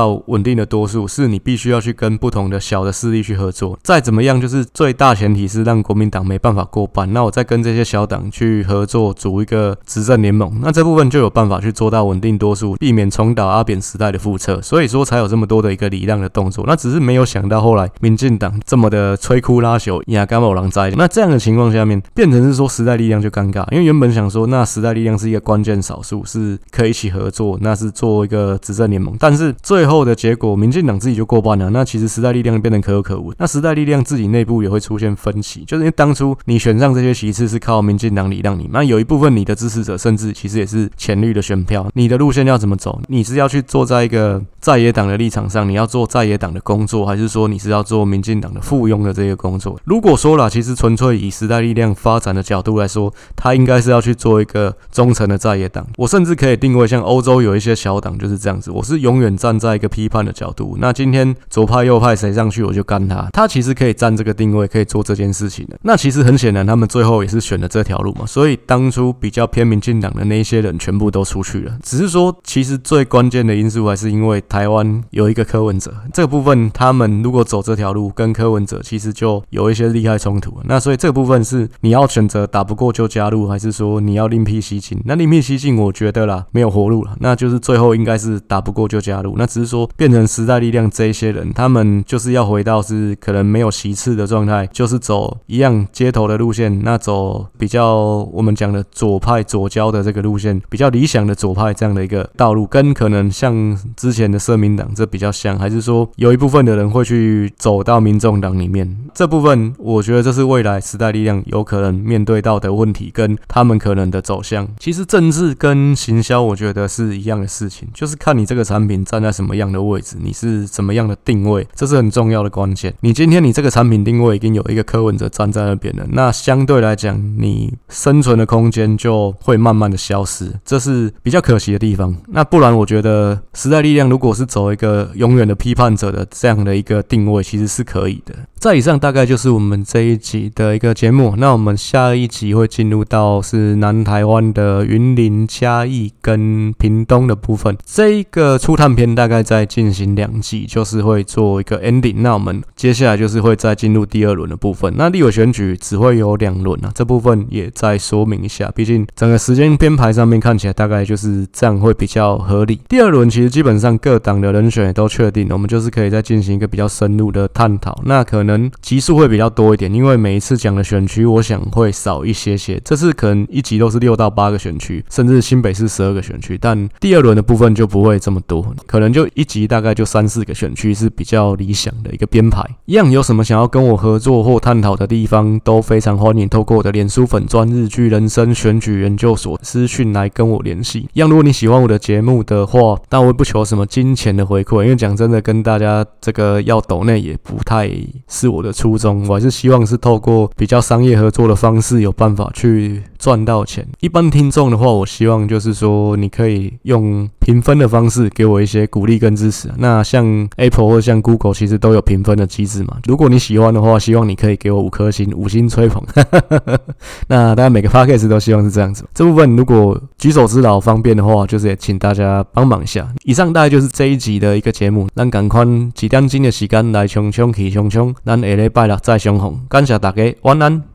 定的多数，是你必须要去跟不同的小的势力去合作。再怎么样，就是最大前提是让国民党没办法过半，那我再跟这些小党去合作，组一个执政联盟，那这部分就有办法去做到稳定多数，避免重蹈阿扁时代的覆辙。所以说才有这么多的一个礼让的动作。那只是没有想到后来民进党这么的摧枯拉朽，也干某人在。那这样的情况下面，变成是说时代力量就尴尬，因为原本想说，那时代力量是一个关键少数，是可以一起合作，那是做一个执政联盟。但是最后的结果，民进党自己就过半了，那其实时代力量变成可有可无。那时代力量自己内部也会出现分歧，就是因为当初你选上这些席次是靠民进党礼让你，那有一部分你的支持者甚至其实也是浅绿的选票，你的路线要怎么走？你是要去坐在一个在野党的立场上，你要做在野党的工作，还是说你是要做民进党的附庸的这个工作？如果说啦，其实纯粹以时代力量发展的角度来说，他应该是要去做一个忠诚的在野党。我甚至可以定位像欧洲有一些小党就是这样子，我是永远站在一个批判的角度。那今天左派右派谁上去我就干他，他其实可以站这个定位，可以做这件事情的。那其实很显然，他们最后也是选了这条路嘛，所以当初比较偏民进党的那一些人全部都出去了。只是说，其实最关键的因素还是因为台湾有一个柯文哲，这个部分他们如果走这条路，跟柯文哲其实就有一些利害冲突。那所以这个部分是你要选择打不过就加入，还是说你要另辟蹊径？那另辟蹊径，我觉得啦，没有活路了，那就是最后应该是打不过就加入。那只是说变成时代力量这一些人，他们就是要回到是可能没有席次的状态，就是走一样街头的路线，那走比较我们讲的左派左交的这个路线，比较理想的左派这样的一个道路，跟可能像之前的社民党这比较像，还是说有一部分的人会去走到民众党里面？这部分我觉得这是未来时代力量有可能面对到的问题，跟他们可能的走向。其实政治跟行销我觉得是一样的事情，就是看你这个产品站在什么样的位置，你是怎么样的定位，这是很重要的关键。你今天你这个产品定位已经有一个柯文哲站在那边了，那相对来讲你生存的空间就会慢慢的消失，这是比较可惜的地方。那不然我觉得时代力量如果是走一个永远的批判者的这样的一个定位，其实是可以的。在以上大概就是我们这一集的一个节目，那我们下一集会进入到是南台湾的云林、嘉义跟屏东的部分。这一个初探篇大概再进行2集，就是会做一个 ending。那我们接下来就是会再进入第2轮的部分。那立委选举只会有2轮啊，这部分也再说明一下，毕竟整个时间编排上面看起来大概就是这样会比较合理。第2轮其实基本上各党的人选也都确定，我们就是可以再进行一个比较深入的探讨。那可能集数会比较多一点，因为每一次讲的选区我想会少一些些，这次可能一集都是6到8个选区，甚至新北市12个选区，但第2轮的部分就不会这么多，可能就一集大概就3、4个选区是比较理想的一个编排。一样有什么想要跟我合作或探讨的地方，都非常欢迎透过我的脸书粉专日剧人生选举研究所私讯来跟我联系。一样如果你喜欢我的节目的话，但我也不求什么金钱的回馈，因为讲真的跟大家这个要抖内也不太是我的初衷，我还是希望是透过比较商业合作的方式有办法去赚到钱。一般听众的话，我希望就是说你可以用评分的方式给我一些鼓励跟支持。那像 Apple 或像 Google 其实都有评分的机制嘛，如果你喜欢的话，希望你可以给我5颗星，5星吹捧那当然每个 podcast 都希望是这样子。这部分如果举手之劳方便的话，就是也请大家帮忙一下。以上大概就是这一集的一个节目，咱赶快几点钟的时间来冲冲去冲冲，咱下礼拜6再相逢，感谢大家，晚安。